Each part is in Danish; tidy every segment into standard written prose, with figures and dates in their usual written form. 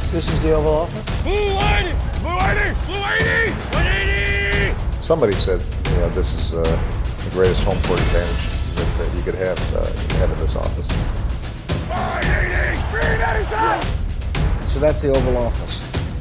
This is the Oval Office. Blue 180! Somebody said, this is the greatest home court advantage that you could have in this office. 387! So that's the Oval Office.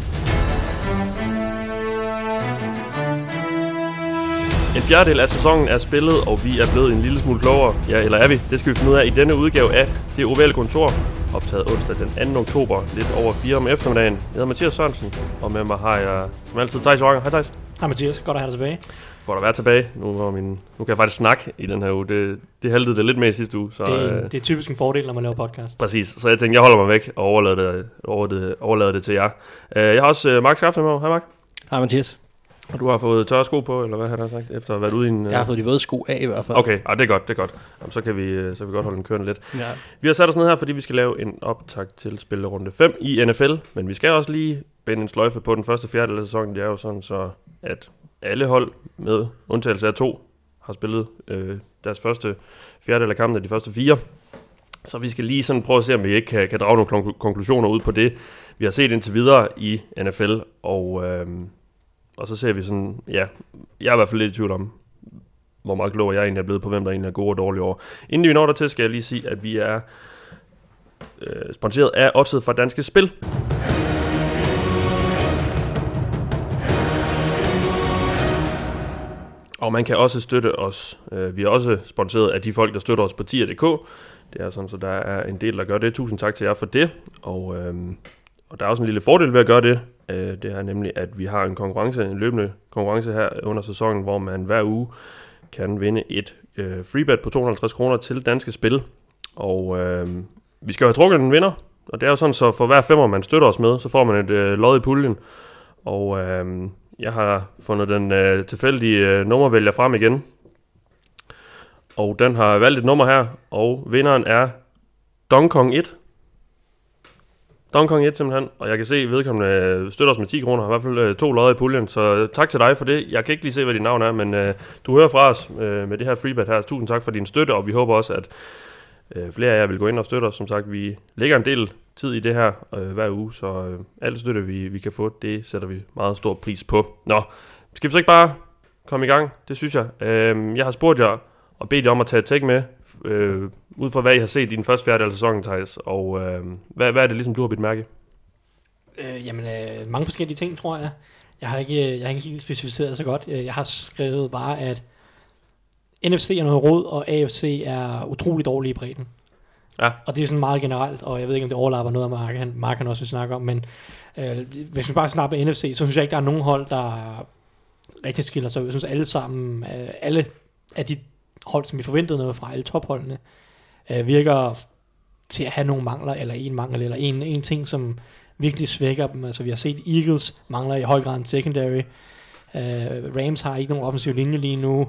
En fjerdedel af sæsonen er spillet, og vi er blevet en lille smule klogere. Ja, eller er vi? Det skal vi finde ud af i denne udgave af Det Ovale Kontor, optaget onsdag den 2. oktober, lidt over 4 om eftermiddagen. Jeg hedder Mathias Sørensen, og med mig har jeg som altid Theis Joranger. Hej Theis. Hej Mathias, godt at have dig tilbage. Godt at være tilbage. Nu kan jeg faktisk snakke i den her uge. Det haltede det lidt med i sidste uge. Så, det er typisk en fordel, når man laver podcast. Præcis, så jeg tænkte, jeg holder mig væk og overlader det til jer. Jeg har også Mark Skaften med. Hej Mark. Hej Mathias. Og du har fået tørre sko på, eller hvad har du sagt, efter at have været ude i en... Jeg har fået de våde sko af i hvert fald. Okay, det er godt. Jamen, så kan vi godt holde den kørende lidt. Ja. Vi har sat os ned her, fordi vi skal lave en optakt til spillerunde 5 i NFL. Men vi skal også lige binde en sløjfe på den første fjerdedel af sæsonen. Det er jo sådan, så at alle hold med undtagelse af 2 har spillet deres første fjerdedel af kampen af de første 4. Så vi skal lige sådan prøve at se, om vi ikke kan drage nogle konklusioner ud på det, vi har set indtil videre i NFL. Og så ser vi sådan, ja, jeg er i hvert fald lidt i tvivl om, hvor meget klogere jeg egentlig er blevet på, hvem der egentlig er gode og dårlige år. Inden vi når dertil, skal jeg lige sige, at vi er sponsoreret af Odset fra Danske Spil. Og man kan også støtte os. Vi er også sponsoreret af de folk, der støtter os på tier.dk. Det er sådan, så der er en del, der gør det. Tusind tak til jer for det. Og der er også en lille fordel ved at gøre det. Det er nemlig, at vi har en løbende konkurrence her under sæsonen, hvor man hver uge kan vinde et freebet på 250 kroner til Danske Spil. Og vi skal jo have trukket en vinder, og det er jo sådan, så for hver 5'er man støtter os med, så får man et lod i puljen. Og jeg har fundet den tilfældige nummervælger frem igen. Og den har valgt et nummer her, og vinderen er Donkong 1. Donkong 1 simpelthen, og jeg kan se, at vedkommende støtter os med 10 kroner, i hvert fald 2 lodder i puljen, så tak til dig for det. Jeg kan ikke lige se, hvad dit navn er, men du hører fra os med det her freebet her. Tusind tak for din støtte, og vi håber også, at flere af jer vil gå ind og støtte os. Som sagt, vi lægger en del tid i det her hver uge, så alt støtte, vi kan få, det sætter vi meget stor pris på. Nå, skal vi så ikke bare komme i gang? Det synes jeg. Jeg har spurgt jer og bedt jer om at tage et take med, ud fra hvad I har set i den første fjerdedel af sæsonen, Theis, og hvad er det ligesom, du har bidt mærke? Mange forskellige ting, tror jeg. Jeg har ikke helt specificeret så godt. Jeg har skrevet bare, at NFC er noget rod, og AFC er utrolig dårlig i bredden. Ja. Og det er sådan meget generelt, og jeg ved ikke, om det overlapper noget af Mark han også vil snakke om, men hvis vi bare snakker NFC, så synes jeg ikke, der er nogen hold, der rigtig skiller sig. Jeg synes alle sammen, alle af de hold, som vi forventede noget fra, alle topholdene, virker til at have nogle mangler, eller en mangel, eller en ting, som virkelig svækker dem. Altså vi har set Eagles mangler i høj grad en secondary. Rams har ikke nogen offensiv linje lige nu.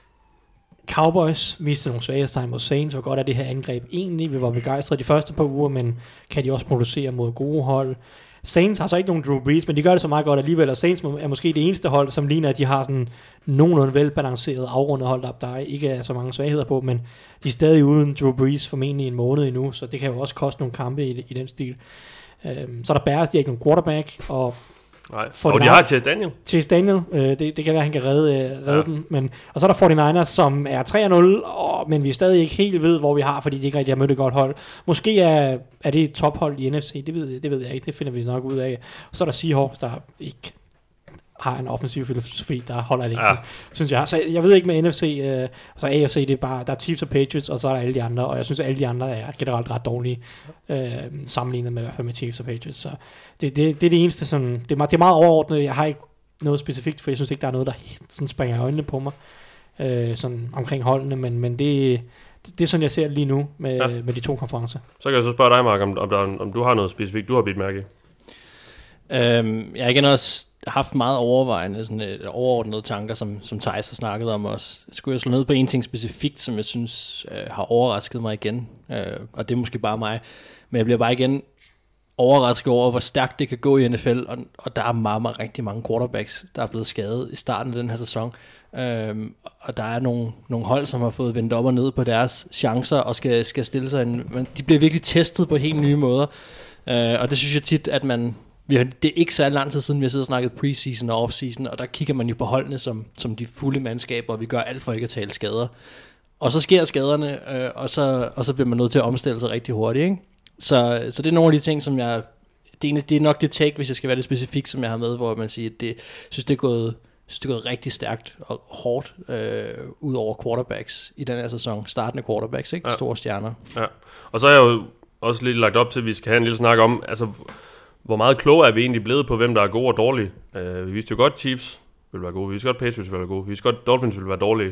Cowboys viste nogle svaghedstegn mod Saints. Hvor godt er det her angreb egentlig? Vi var begejstrede de første par uger, men kan de også producere mod gode hold? Saints har så ikke nogen Drew Brees, men de gør det så meget godt alligevel, og Saints er måske det eneste hold, som ligner, at de har sådan nogenlunde velbalanceret, afrundet hold, der ikke er så mange svagheder på, men de er stadig uden Drew Brees formentlig en måned endnu, så det kan jo også koste nogle kampe i den stil. Så er der Bears, de har ikke nogen quarterback, og de har Chase Daniel, det kan være, han kan redde den, men, og så er der 49ers, som er 3-0, men vi stadig ikke helt ved, hvor vi har, fordi de ikke rigtig har mødt et godt hold. Måske er det et tophold i NFC, det ved jeg ikke, det finder vi nok ud af. Og så er der Seahawks, der ikke har en offensiv filosofi, der holder det ikke, synes jeg. Så jeg ved ikke med NFC, og så AFC, det er bare, der er Chiefs og Patriots, og så er der alle de andre, og jeg synes, at alle de andre er generelt ret dårlige, sammenlignet med i hvert fald med Chiefs og Patriots, så det er det eneste, sådan, det er meget overordnet, jeg har ikke noget specifikt, for jeg synes ikke, der er noget, der sådan springer i øjnene på mig, sådan omkring holdene, men det er sådan, jeg ser det lige nu med de 2 konferencer. Så kan jeg så spørge dig, Mark, om du har noget specifikt, du har bidt mærke. Jeg har igen også haft meget overvejende sådan overordnede tanker, som Theis har snakket om også. Skulle jeg slå ned på en ting specifikt, som jeg synes har overrasket mig igen, og det er måske bare mig, men jeg bliver bare igen overrasket over, hvor stærkt det kan gå i NFL, og der er rigtig mange quarterbacks, der er blevet skadet i starten af den her sæson, og der er nogle hold, som har fået vendt op og ned på deres chancer, og skal stille sig men de bliver virkelig testet på helt nye måder. Og det synes jeg tit, at det er ikke så lang tid siden, vi har siddet og snakket preseason og offseason, og der kigger man jo på holdene som de fulde mandskaber, og vi gør alt for ikke at tale skader. Og så sker skaderne, og så bliver man nødt til at omstille sig rigtig hurtigt, ikke? Så det er nogle af de ting, som det er nok det take, hvis jeg skal være det specifikt, som jeg har med, hvor man siger, at synes det er gået rigtig stærkt og hårdt ud over quarterbacks i den her sæson. Startende quarterbacks, ikke? Store stjerner. Ja. Og så er jeg jo også lidt lagt op til, at vi skal have en lille snak om, altså, hvor meget klogere er vi egentlig blevet på, hvem der er gode og dårlige. Vi vidste jo godt, Chiefs vil være gode. Vi vidste godt, Patriots vil være gode. Vi vidste godt, Dolphins vil være dårlige.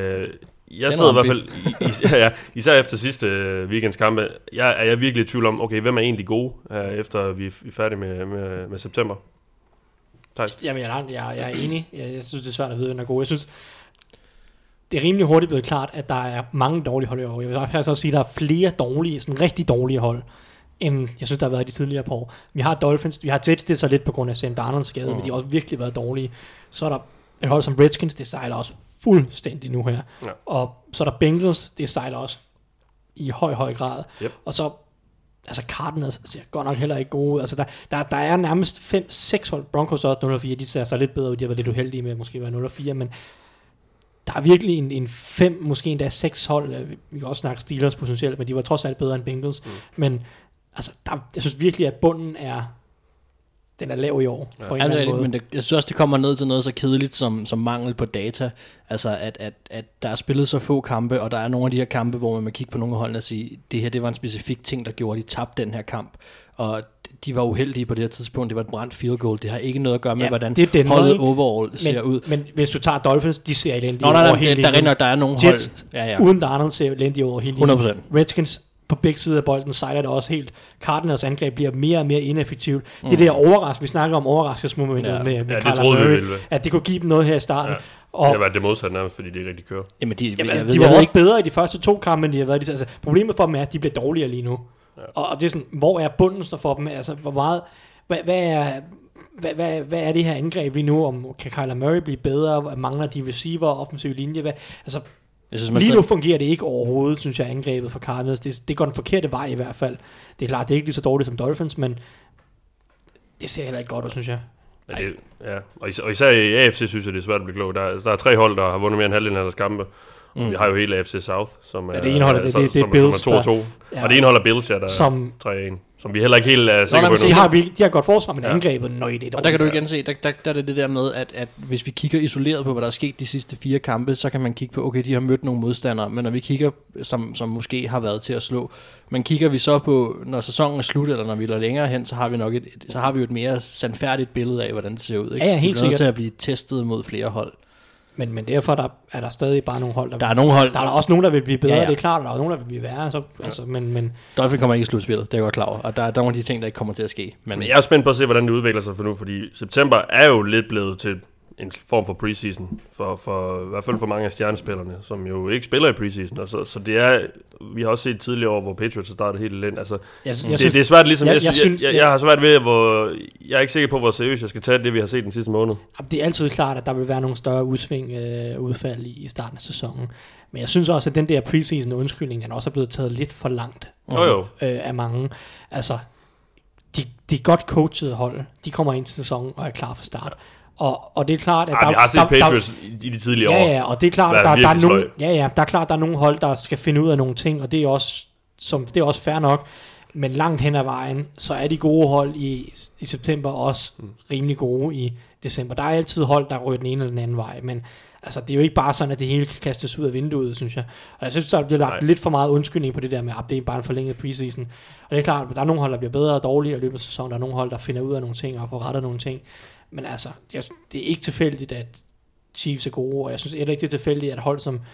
Jeg sidder i hvert fald, især efter sidste weekends kampe, er jeg virkelig i tvivl om, okay, hvem er egentlig gode, efter vi er færdige med september? Thijs? Jamen, jeg er enig. Jeg synes, det er svært at vide, hvem er gode. Jeg synes, det er rimelig hurtigt blevet klart, at der er mange dårlige hold i år. Jeg vil faktisk også sige, at der er flere dårlige, sådan rigtig dårlige hold, end jeg synes, der har været de tidligere par år. Vi har Dolphins, vi har Jets, det er så lidt på grund af Sam Darnolds skade, men de har også virkelig været dårlige. Så er der et hold som Redskins, det sejler også fuldstændig nu her. Ja. Og så er der Bengals, det sejler også i høj grad. Yep. Og så, altså Cardinals ser godt nok heller ikke gode ud. Altså der er nærmest 5-6 hold. Broncos også 0-4, de ser så lidt bedre ud. De har været lidt uheldige med at måske være 0-4, men der er virkelig en 5, måske endda 6 hold. Vi kan også snakke Steelers potentielt, men de var trods alt bedre end Bengals. Men altså, jeg synes virkelig, at bunden den er lav i år. Ja. På en eller anden måde. Men jeg synes også, det kommer ned til noget så kedeligt som mangel på data. Altså, at der er spillet så få kampe, og der er nogle af de her kampe, hvor man må kigge på nogle af holdene og sige, det her, det var en specifik ting, der gjorde, de tabte den her kamp. Og de var uheldige på det her tidspunkt. Det var et brændt field goal. Det har ikke noget at gøre med, hvordan holdet overall ser ud. Men hvis du tager Dolphins, de ser elendige over hele linjen. Der er nogle Jets, hold. Uden Darnold ser elendige over hele linjen. 100%. Redskins på begge sider af bolden sejler det også helt. Cardinals angreb bliver mere og mere ineffektivt. Det der overraskelse, vi snakker om overraskelsesmomentet med Kyler Murray, at det kunne give dem noget her i starten. Ja. Og det var det modsatte nærmest, fordi det ikke rigtig kører. Jamen, de var også bedre i de første 2 kampe, end de har været. Altså, problemet for dem er, at de bliver dårligere lige nu. Ja. Og det er sådan, hvor er bunden står for dem? Altså, hvor meget... Hvad er det her angreb lige nu? Kan Kyler Murray blive bedre? Mangler de receiver og offensive linje? Altså, lige nu fungerer det ikke overhovedet, synes jeg, angrebet for Cardinals. Det går den forkerte vej i hvert fald. Det er klart, det er ikke lige så dårligt som Dolphins, men det ser heller ikke godt ud, synes jeg. Ja. Og især i AFC synes jeg, det er svært at blive klog. Der er 3 hold, der har vundet mere end halvdelen af deres kampe. Vi har jo hele AFC South, som er, det ene hold, det er Bills, 2-2. Ja. Og det ene hold er Bills, der er 3-1. Som vi heller ikke helt er sikre på. De har godt forsvar, men angrebet, og der kan du igen se, der er det der med, at hvis vi kigger isoleret på, hvad der er sket de sidste 4 kampe, så kan man kigge på, okay, de har mødt nogle modstandere, men når vi kigger, som måske har været til at slå, men kigger vi så på, når sæsonen er slut, eller når vi er længere hen, så har vi nok et mere sandfærdigt billede af, hvordan det ser ud. Ikke? Ja, helt sikkert. Vi er nødt til at blive testet mod flere hold. Men derfor er der stadig bare nogle hold, der er nogle hold. Der er også nogen, der vil blive bedre, det er klart, der er nogen, der vil blive værre. Så, altså, men Dolphin kommer ikke i slutspillet, det er jeg godt klar over. Og der er nogle af de ting, der ikke kommer til at ske. Men jeg er spændt på at se, hvordan det udvikler sig for nu, fordi september er jo lidt blevet til en form for preseason, for i hvert fald for mange af stjernespillerne, som jo ikke spiller i preseason. Og så det er, vi har også set tidligere år, hvor Patriots har startet helt elendigt. Altså, det er svært ligesom, jeg har svært ved, hvor jeg er ikke sikker på, hvor seriøst jeg skal tage det, vi har set den sidste måned. Det er altid klart, at der vil være nogle større udfald i starten af sæsonen. Men jeg synes også, at den der preseason undskyldning, den også er blevet taget lidt for langt af mange. Altså, de godt coachede hold, de kommer ind til sæsonen og er klar for start. Og det er klart, at vi har set Patriots i de tidligere år. Ja, og det er klart, at der er nogle hold, der skal finde ud af nogle ting, og det er også fair nok. Men langt hen ad vejen, så er de gode hold i september også rimelig gode i december. Der er altid hold, der ryger den ene eller den anden vej, men altså, det er jo ikke bare sådan, at det hele kan kastes ud af vinduet, synes jeg. Og jeg synes, der bliver lagt lidt for meget undskyldning på det der med, at det er bare en forlænget preseason. Og det er klart, at der er nogle hold, der bliver bedre og dårligere i løbet af sæsonen. Der er nogle hold, der finder ud af nogle ting og får rettet nogle ting. Men altså, det er ikke tilfældigt, at Chiefs er gode, og jeg synes ikke, det er tilfældigt, at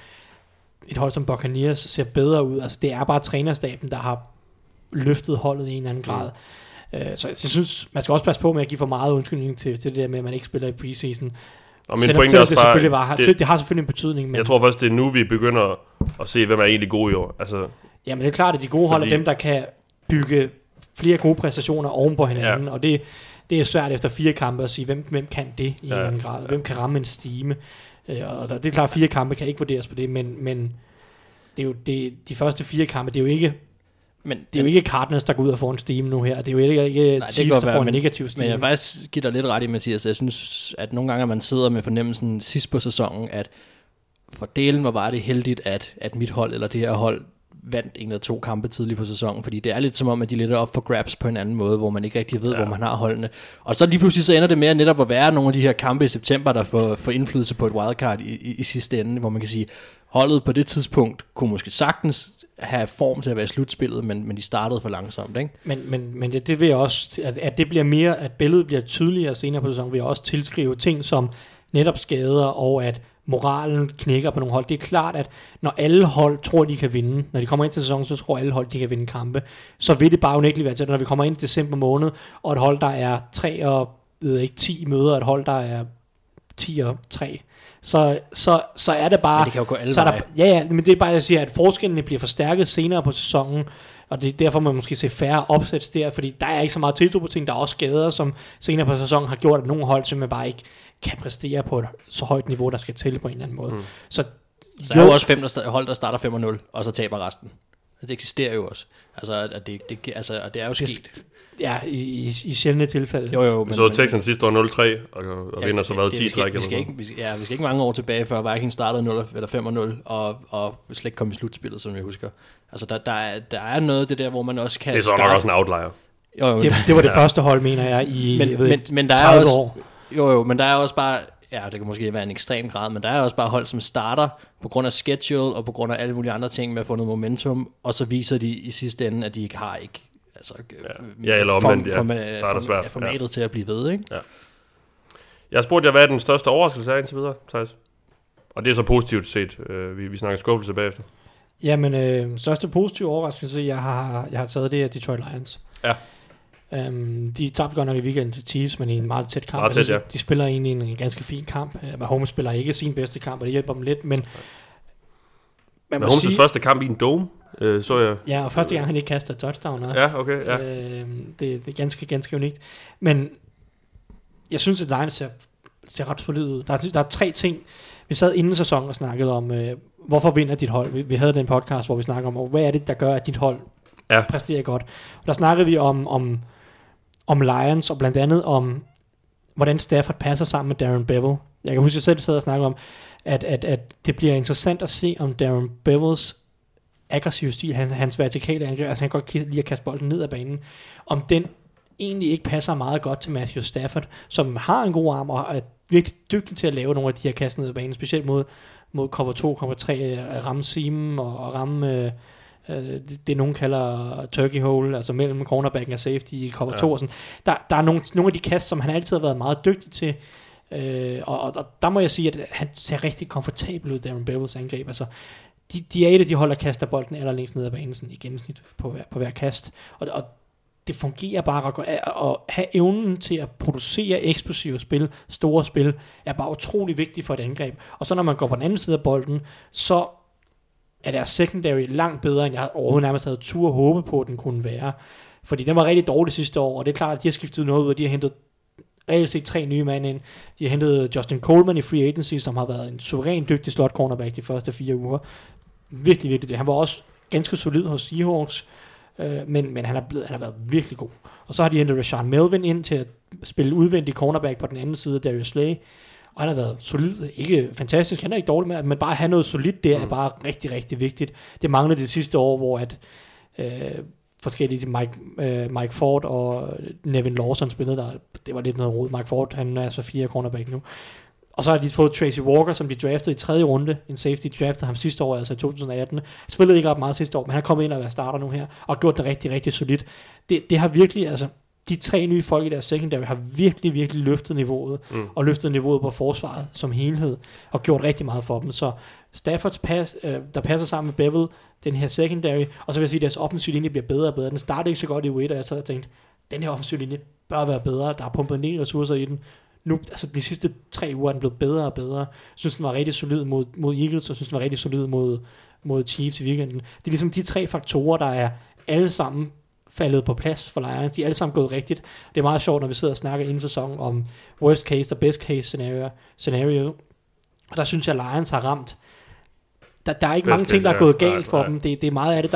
et hold som Buccaneers ser bedre ud. Altså, det er bare trænerstaben, der har løftet holdet i en eller anden grad. Så jeg synes, man skal også passe på med at give for meget undskyldning til det der med, at man ikke spiller i preseason. Og min pointe er også bare, det har selvfølgelig en betydning. Men jeg tror først, det er nu, vi begynder at se, hvem er egentlig gode i år. Altså, jamen, det er klart, at de gode hold er dem, der kan bygge flere gode præstationer oven på hinanden, og det er svært efter 4 kampe at sige, hvem kan det i en eller anden grad. Hvem kan ramme en stime. Og det er klart, 4 kampe kan ikke vurderes på det, men det er jo de første 4 kampe, det er jo ikke Men det er jo ikke Cardinals, der går ud og får en steam nu her. Det er jo ikke Chiefs, der får en negativ steam. Men jeg vil faktisk give dig lidt ret i, Mathias. Jeg synes, at nogle gange, man sidder med fornemmelsen sidst på sæsonen, at for delen var bare det heldigt, at mit hold eller det her hold vandt en eller 2 kampe tidligt på sæsonen, fordi det er lidt som om, at de lidt er op for grabs på en anden måde, hvor man ikke rigtig ved, hvor man har holdene. Og så lige pludselig så ender det med at netop at være nogle af de her kampe i september, der får indflydelse på et wildcard i sidste ende, hvor man kan sige, holdet på det tidspunkt kunne måske sagtens have form til at være i slutspillet, men de startede for langsomt, ikke? Men det vil jeg også, at det bliver mere, at billedet bliver tydeligere senere på sæsonen, vil jeg også tilskrive ting som netop skader, og at moralen knækker på nogle hold. Det er klart, at når alle hold tror, de kan vinde, når de kommer ind til sæsonen, så tror alle hold, de kan vinde kampe, så vil det bare unægteligt være til, når vi kommer ind i december måned, og et hold, der er 3 og 10 møder, et hold, der er 10 og 3, så er det bare... Men det kan jo gå alle veje. Ja, men det er bare, jeg siger, at forskellene bliver forstærket senere på sæsonen, og det er derfor, man måske ser færre opsæts der, fordi der er ikke så meget tiltro på ting. Der er også skader, som senere på sæsonen har gjort, at nogle hold simpelthen bare ikke kan præstere på et så højt niveau, der skal til på en eller anden måde. Så der er jo også 5 hold, der starter 5-0, og så taber resten. Det eksisterer jo også. Altså, og det er jo sket. Ja, i sjældne tilfælde. Jo, men så Texans sidste år 0-3, og vinder så været 10 træk. Vi skal ikke mange år tilbage, før Vikings startede 0 eller 5-0, og slet ikke kom i slutspillet, som jeg husker. Altså, der er noget det der, hvor man også kan... Det er så nok også en outlier. Jo, det var det første hold, mener jeg, i men der er også, år. Jo, men der er også bare... Ja, det kan måske være en ekstrem grad, men der er også bare hold, som starter på grund af schedule, og på grund af alle mulige andre ting med at få noget momentum, og så viser de i sidste ende, at de ikke har eller omvendt, formatet til at blive ved, ikke? Ja. Jeg har spurgt jer, hvad er den største overraskelse er indtil videre, Thijs? Og det er så positivt set. Vi snakker skuffelse bagefter. Jamen, største positive overraskelse, jeg har taget, det er Detroit Lions. Ja. De tabte godt nok i weekenden til Chiefs, men i en meget tæt kamp. Meget tæt, ja. De spiller egentlig en ganske fin kamp. Mahomes spiller ikke sin bedste kamp, og det hjælper dem lidt, men... Mahomes' første kamp i en dome, så jeg... Ja, og første gang han ikke kaster touchdown også. Ja, okay, ja. Det er ganske, ganske unikt. Men jeg synes, at Lions ser ret solid ud. Der er 3 ting. Vi sad inden sæsonen og snakkede om, hvorfor vinder dit hold. Vi havde den podcast, hvor vi snakker om, hvad er det, der gør, at dit hold præsterer godt. Og der snakkede vi om Lions, og blandt andet om, hvordan Stafford passer sammen med Darren Bevel. Jeg kan huske, at jeg selv sad og snakkede om, at det bliver interessant at se, om Darren Bevels aggressive stil, hans vertikale angreb, altså han kan godt lide at kaste bolden ned ad banen, om den egentlig ikke passer meget godt til Matthew Stafford, som har en god arm og er virkelig dygtig til at lave nogle af de her kast ned ad banen, specielt mod cover 2, cover 3, at ramme seamen og ramme det nogen kalder turkey hole, altså mellem cornerbacken og safety i cover 2 og sådan. Der er nogle af de kast, som han altid har været meget dygtig til, og der må jeg sige, at han ser rigtig komfortabel ud, Darren Bevels angreb. Altså, de er et af de hold, der kaster bolden allerlængst ned ad banen sådan i gennemsnit på hver kast, og det fungerer bare at have evnen til at producere eksplosive spil, store spil, er bare utrolig vigtigt for et angreb. Og så når man går på den anden side af bolden, så er deres secondary langt bedre, end jeg overhovedet nærmest havde tur og håbe på, at den kunne være. Fordi den var rigtig dårlig sidste år, og det er klart, at de har skiftet noget ud, og de har hentet reelt set 3 nye mand ind. De har hentet Justin Coleman i free agency, som har været en suveræn dygtig slot cornerback de første 4 uger. Virkelig, virkelig det. Han var også ganske solid hos Seahawks, men han har været virkelig god. Og så har de hentet Rashaan Melvin ind til at spille udvendig cornerback på den anden side af Darius Slay, og han har været solid, ikke fantastisk, han er ikke dårlig, men bare at have noget solidt der er bare rigtig, rigtig vigtigt. Det manglede det sidste år, hvor at forskellige Mike Ford og Nevin Lawson spillede der. Det var lidt noget rod. Mike Ford, han er så 4 cornerback nu. Og så har de fået Tracy Walker, som de draftede i 3. runde. En safety draftede ham sidste år, altså i 2018. Han spillede ikke ret meget sidste år, men han er kommet ind og været starter nu her, og gjort det rigtig, rigtig solidt. Det har virkelig, altså, de 3 nye folk i deres secondary har virkelig, virkelig løftet niveauet, og løftet niveauet på forsvaret som helhed, og gjort rigtig meget for dem. Så Staffords der passer sammen med Bevel, den her secondary, og så vil jeg sige, at deres offensiv linje bliver bedre og bedre. Den startede ikke så godt i U1, og jeg sad og tænkte, den her offensiv linje bør være bedre. Der er pumpet en del ressourcer i den. Nu, altså de sidste 3 uger er den blevet bedre og bedre. Jeg synes, den var rigtig solid mod Eagles, og synes, den var rigtig solid mod Chiefs i weekenden. Det er ligesom de 3 faktorer, der er alle sammen faldet på plads for Lions. De er alle sammen gået rigtigt. Det er meget sjovt, når vi sidder og snakker inden sæson om worst case og best case scenario. Og der synes jeg, Lions har ramt. Der er ikke mange ting, der er gået galt for dem. Det er meget af det, der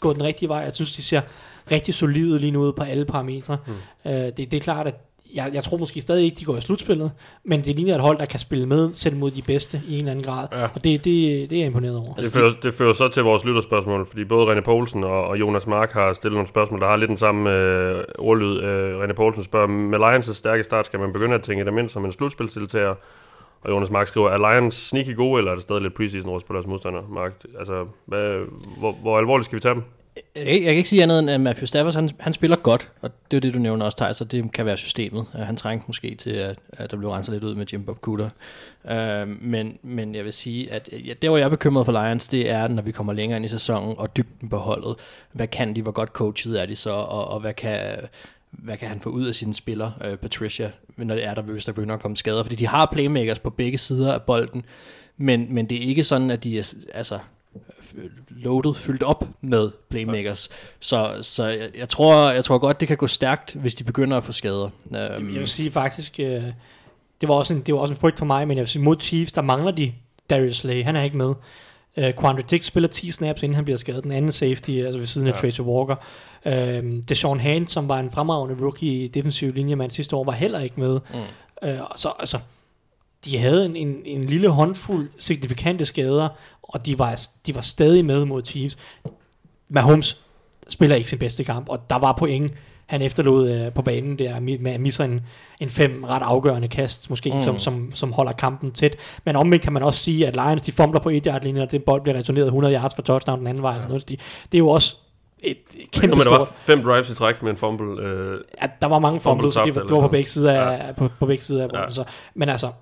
gået den rigtige vej. Jeg synes, de ser rigtig solide lige nu ud på alle parametre. Det er klart, at jeg tror måske stadig ikke, de går i slutspillet, men det ligner et hold, der kan spille med, selv mod de bedste i en eller anden grad. Ja. Og det er jeg imponeret over. Det fører så til vores lytterspørgsmål, fordi både René Poulsen og Jonas Mark har stillet nogle spørgsmål, der har lidt den samme ordlyd. René Poulsen spørger, med Lions' stærke start skal man begynde at tænke dem ind som en slutspilsdeltager, og Jonas Mark skriver, er Lions sneaky gode, eller er det stadig lidt preseason-råds på deres modstandere, Mark? Altså, hvor alvorligt skal vi tage dem? Jeg kan ikke sige andet end, at Matthew Stafford, han spiller godt, og det er det, du nævner også, Thijs, så det kan være systemet. Han trængte måske til, at der blev renset lidt ud med Jim Bob Cooter. Men jeg vil sige, at det, hvor jeg er bekymret for Lions, det er, når vi kommer længere ind i sæsonen, og dybden på holdet. Hvad kan de, hvor godt coachet er de så, og hvad kan han få ud af sine spillere, Patricia, når det er der, hvis der begynder at komme skader? Fordi de har playmakers på begge sider af bolden, men det er ikke sådan, at de er loaded, fyldt op med playmakers. Så jeg tror godt, det kan gå stærkt, hvis de begynder at få skader. Jeg vil sige faktisk, det var også en frygt for mig, men jeg vil sige, mod Chiefs, der mangler de Darius Slay, han er ikke med. Quandre Diggs spiller 10 snaps, inden han bliver skadet. Den anden safety, altså ved siden af Tracy Walker. Deshaun Hand, som var en fremragende rookie i defensiv linjemand sidste år, var heller ikke med. Så de havde en lille håndfuld signifikante skader, og de var stadig med mod Chiefs. Mahomes spiller ikke sin bedste kamp, og der var point, han efterlod på banen der, med at misse en 5 ret afgørende kast, måske, som holder kampen tæt. Men omvendt kan man også sige, at Lions, de fumbler på 1-yard-linjen, og det bold bliver returneret 100 yards for touchdown den anden vej. Ja. Det er jo også et kæmpe stort... Der var 5 drives i træk med en fumble. Ja, der var mange fumbles, så det var på begge sider af, på begge sider af bolden. Ja. Så, men altså,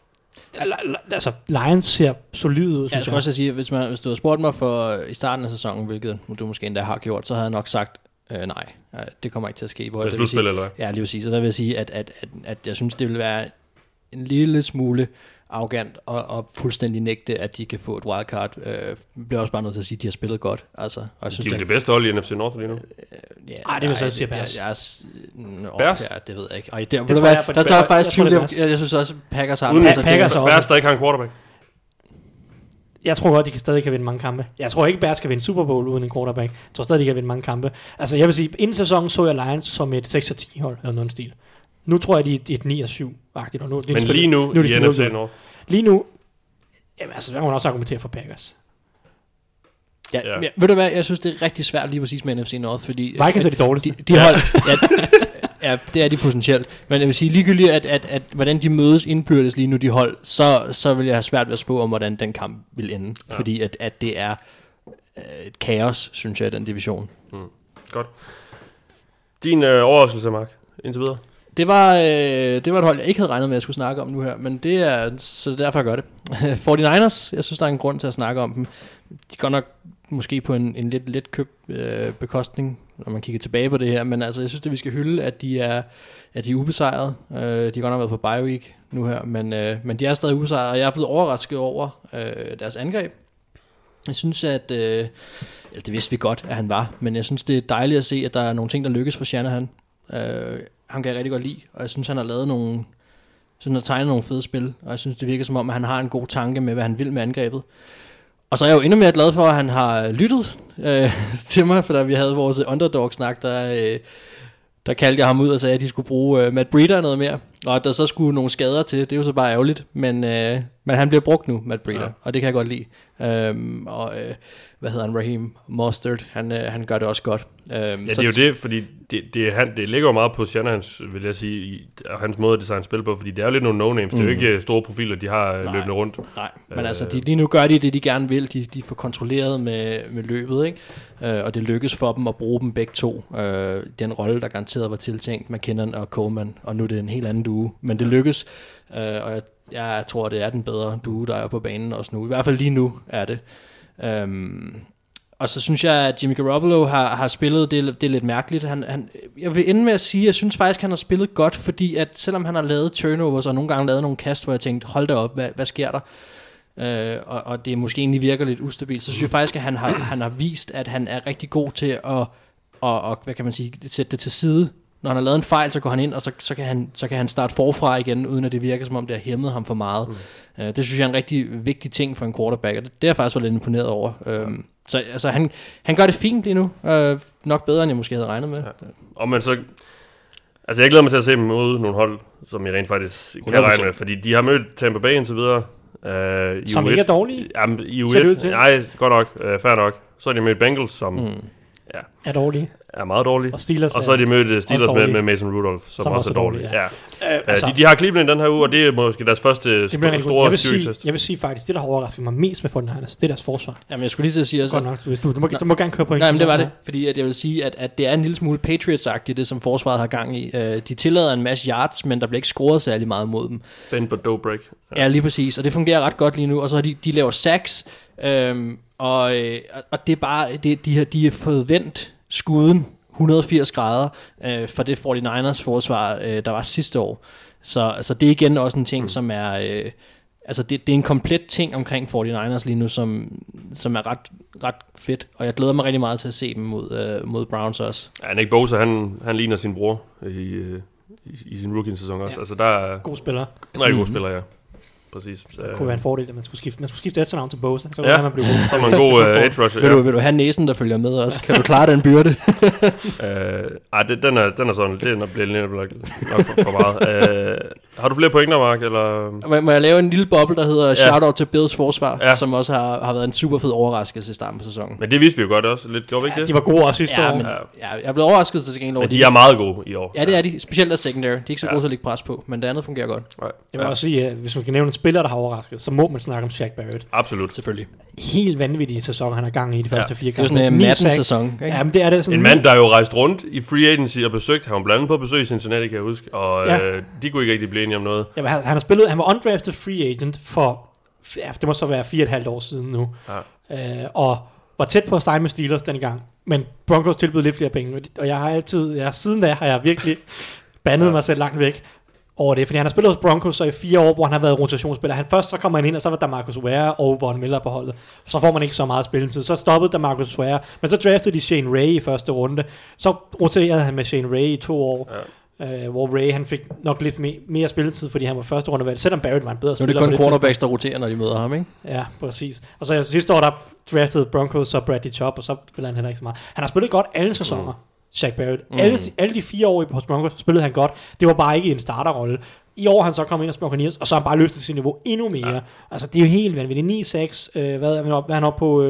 Lions ser solide ud, synes jeg. Skal også sige, hvis du havde spurgt mig for i starten af sæsonen, hvilket du måske endda har gjort, så havde jeg nok sagt, nej, det kommer ikke til at ske. Det er slutspil, eller hvad? Ja, lige præcis. Så der vil jeg sige, at jeg synes, det vil være en lille smule arrogant og fuldstændig nægte, at de kan få et wildcard. Bliver også bare nødt til at sige, at de har spillet godt. Altså, og jeg synes, de er det bedste hold i NFC North lige nu. Det vil så sige Bears. Bears? Ja, det ved jeg ikke. Der tager faktisk tvivl. Jeg synes også, Packers har... Bears, der ikke har en quarterback. Jeg tror godt, de stadig kan vinde mange kampe. Jeg tror ikke, Bears kan vinde Super Bowl uden en quarterback. Jeg tror stadig, de kan vinde mange kampe. Altså, jeg vil sige, inden sæsonen så jeg Lions som et 6-10 hold, eller noget stil. Nu tror jeg, de er et 9-7-agtigt. Men lige nu i NFC North? Lige nu, jamen altså, der kan man også argumentere for Packers. Ja. Ved du hvad, jeg synes, det er rigtig svært lige præcis med NFC North, fordi... Vikings er de dårligste. De hold, ja, det er de potentielt. Men jeg vil sige, ligegyldigt, at hvordan de mødes indbyrdes lige nu, de hold, så vil jeg have svært ved at spå om, hvordan den kamp vil ende. Ja. Fordi at det er et kaos, synes jeg, i den division. Godt. Din overraskelse, Mark, indtil videre? Det var et hold, jeg ikke havde regnet med, at jeg skulle snakke om nu her, men det er, så derfor jeg gør det. 49ers, jeg synes, der er en grund til at snakke om dem. De går nok måske på en lidt letkøbt bekostning, når man kigger tilbage på det her, men altså, jeg synes, at vi skal hylde, at de er ubesejrede. De har godt nok været på bye week nu her, men de er stadig ubesejrede, og jeg er blevet overrasket over deres angreb. Jeg synes, at det vidste vi godt, at han var, men jeg synes, det er dejligt at se, at der er nogle ting, der lykkes for Shanahan. Han kan jeg rigtig godt lide, og jeg synes, han har lavet han har tegnet nogle fede spil, og jeg synes, det virker som om, at han har en god tanke med, hvad han vil med angrebet. Og så er jeg jo endnu mere glad for, at han har lyttet til mig, for da vi havde vores underdog-snak, der kaldte jeg ham ud og sagde, at de skulle bruge Matt Breida noget mere, og at der så skulle nogle skader til. Det er jo så bare ærgerligt, men han bliver brugt nu, Matt Breida, og det kan jeg godt lide. Raheem Mostert, han gør det også godt. Det er jo det, fordi det ligger jo meget på Shanahans, vil jeg sige, og hans måde at designe spil på, fordi det er jo lidt nogle no-names. Det er jo ikke store profiler, de har løbende rundt. Nej, men altså, lige nu gør de det, de gerne vil. De får kontrolleret med løbet, ikke? Og det lykkes for dem at bruge dem begge to. Den rolle, der garanteret var tiltænkt McKinnon og Coleman, og nu er det en helt anden duo. Men det lykkes, og jeg tror, det er den bedre duo, der er på banen også nu. I hvert fald lige nu er det. Og så synes jeg, at Jimmy Garoppolo har spillet, det er lidt mærkeligt. Jeg vil ende med at sige, at jeg synes faktisk, han har spillet godt, fordi at selvom han har lavet turnovers, og nogle gange lavet nogle kast, hvor jeg tænkte, hold da op, hvad sker der? Og det måske egentlig virker lidt ustabilt, så synes jeg faktisk, at han har vist, at han er rigtig god til at hvad kan man sige, sætte det til side. Når han har lavet en fejl, så går han ind, og så kan han starte forfra igen, uden at det virker, som om det har hæmmet ham for meget. Det synes jeg er en rigtig vigtig ting for en quarterback, og det er jeg faktisk lidt imponeret over. Så altså, han gør det fint lige nu. Nok bedre, end jeg måske havde regnet med. Ja. Og men så... Altså, jeg glæder mig til at se dem mod nogle hold, som jeg rent faktisk kan regne med. Fordi de har mødt Tampa Bay indtil videre. Som ikke er dårlige? Jamen, i U1. Nej, godt nok. Fair nok. Så har de mødt Bengals, som... Er dårlige. Er meget dårlige. Og så har de mødt Steelers med Mason Rudolph, som også er dårlige. Ja. Altså, de har Cleveland den her uge, og det er måske deres første store styrketest. Jeg vil sige faktisk, det der har overrasket mig mest med 49ers, det er deres forsvar. Jamen jeg skulle lige til at sige også... Godt nok, du må gerne køre på en. Nej, men det var det, fordi at jeg vil sige, at det er en lille smule Patriots-agtigt, det som forsvaret har gang i. De tillader en masse yards, men der bliver ikke scoret særlig meget mod dem. Bend but don't break. Ja, lige præcis, og det fungerer ret godt lige nu, og så har de laver sacks, og det er bare, de har fået vendt skuden 180 grader for det 49ers forsvar, der var sidste år. Så det er igen også en ting, som er... altså det er en komplet ting omkring 49ers lige nu, som er ret fedt. Og jeg glæder mig rigtig meget til at se dem mod Browns også. Ja, Nick Bosa, han ligner sin bror i sin rookie-sæson også. Ja. Altså, der er god spiller. En rigtig god spiller, ja. Præcis. Så, det kunne være en fordel, at man skulle skifte efternavn til Bosa, så kan man blive god. Så er man en god edge rusher. Vil du have næsen, der følger med også? Kan du klare den byrde? Den er sådan, det bliver nok for meget. Har du flere pointer, Mark? Eller? Må jeg lave en lille boble, der hedder shout-out til Bills forsvar, som også har været en super fed overraskelse i starten på sæsonen. Men det vidste vi jo godt også. Lidt, gjorde vi ikke det? De var gode også sidste år. Men, jeg er blevet overrasket til gengæld over. Men de er meget gode i år. Ja, det er de. Specielt af secondary. De er ikke så gode til at lægge pres på, men det andet fungerer godt. Jeg vil også sige, at hvis man kan nævne en spiller, der har overrasket, så må man snakke om Shaq Barrett. Absolut. Selvfølgelig. Helt vanvittig sæson, han har gang i de første 4 kampe. Det er sådan en Madden-sæson. Ja, men det er det sådan en mand, der jo rejst rundt i free agency og besøgt. Han var blandt andet på besøg i Cincinnati, kan jeg huske. Og de kunne ikke rigtig blive enige om noget. Ja, han var undrafted free agent for, det må så være 4,5 år siden nu. Ja. Og var tæt på at stege med Steelers dengang. Men Broncos tilbød lidt flere penge. Og jeg har siden da har jeg virkelig bandet mig selv langt væk over det, fordi han har spillet hos Broncos så i 4 år, hvor han har været rotationsspiller. Først så kommer han ind, og så var Demarcus Ware og Von Miller på holdet. Så får man ikke så meget spilletid. Så stoppede Demarcus Ware, men så draftede de Shane Ray i første runde. Så roterede han med Shane Ray i 2 år. Ja. Hvor Ray han fik nok lidt mere spilletid, fordi han var første rundevalg, selvom Barrett var en bedre spiller. Nu er det kun quarterbacks, der roterer, når de møder ham, ikke? Ja, præcis. Og så sidste år, der draftede Broncos så Bradley Chubb, og så spiller han heller ikke så meget. Han har spillet godt alle sæsoner, Shaq Barrett. Alle de 4 år hos Broncos spillede han godt. Det var bare ikke i en starterrolle. I år han så kom ind og Buccaneers, og så har han bare løftet sit niveau endnu mere. Ja. Altså, det er jo helt vanvittigt. 9-6, hvad er han oppe på...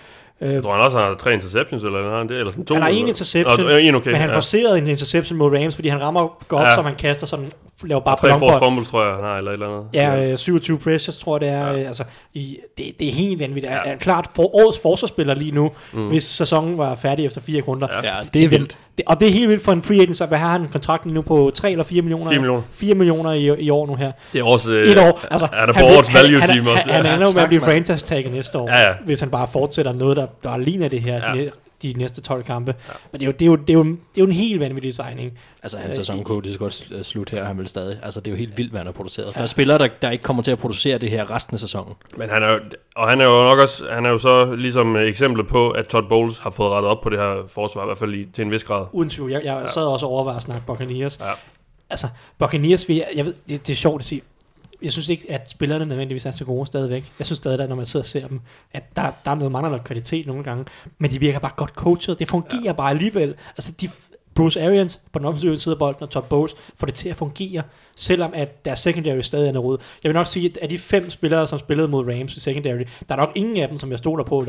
jeg tror han også har 3 interceptions eller noget, eller sådan 2. Han har 1 interception, men han forcerede en interception mod Rams, fordi han rammer godt, så man kaster sådan, laver bare på longboard. 3 force fumbles, tror jeg, han har, eller et eller andet. Ja, 27 pressures, tror jeg det er. Altså, det er helt vanvittigt. Er klart årets forsvarsspiller lige nu, hvis sæsonen var færdig efter 4 runder. Ja, det er vildt. Og det er helt vildt for en free agent, så hvad har han en kontrakt nu på 3 eller 4 millioner? 4 millioner i år nu her. Det er også et år. Altså, han er på årets value team også. Han ender jo med at blive franchise tagget næste år, hvis han bare fortsætter noget, der ligner det her de næste 12 kampe. Ja. Men det er jo en helt vanvittig signing. Altså hans sæson kunne det så godt slut her, han vil stadig. Altså det er jo helt vildt, hvad han har produceret. Ja. Der er spillere, der ikke kommer til at producere det her resten af sæsonen. Men han er jo nok også, han er jo så ligesom eksemplet på, at Todd Bowles har fået rettet op på det her forsvar, i hvert fald til en vis grad. Uden tvivl. Jeg sad også og overvejede at snakke Buccaneers. Ja. Altså Buccaneers, jeg ved, det er sjovt at sige. Jeg synes ikke, at spillerne nødvendigvis er så gode stadigvæk. Jeg synes stadig, at når man sidder og ser dem, at der er noget mangler kvalitet nogle gange. Men de virker bare godt coachet. Det fungerer bare alligevel. Altså, Bruce Arians på den offensive side af bolden og Todd Bowles får det til at fungere, selvom at deres secondary stadig er noget. Jeg vil nok sige, at af de 5 spillere, som spillede mod Rams i secondary, der er nok ingen af dem, som jeg stoler på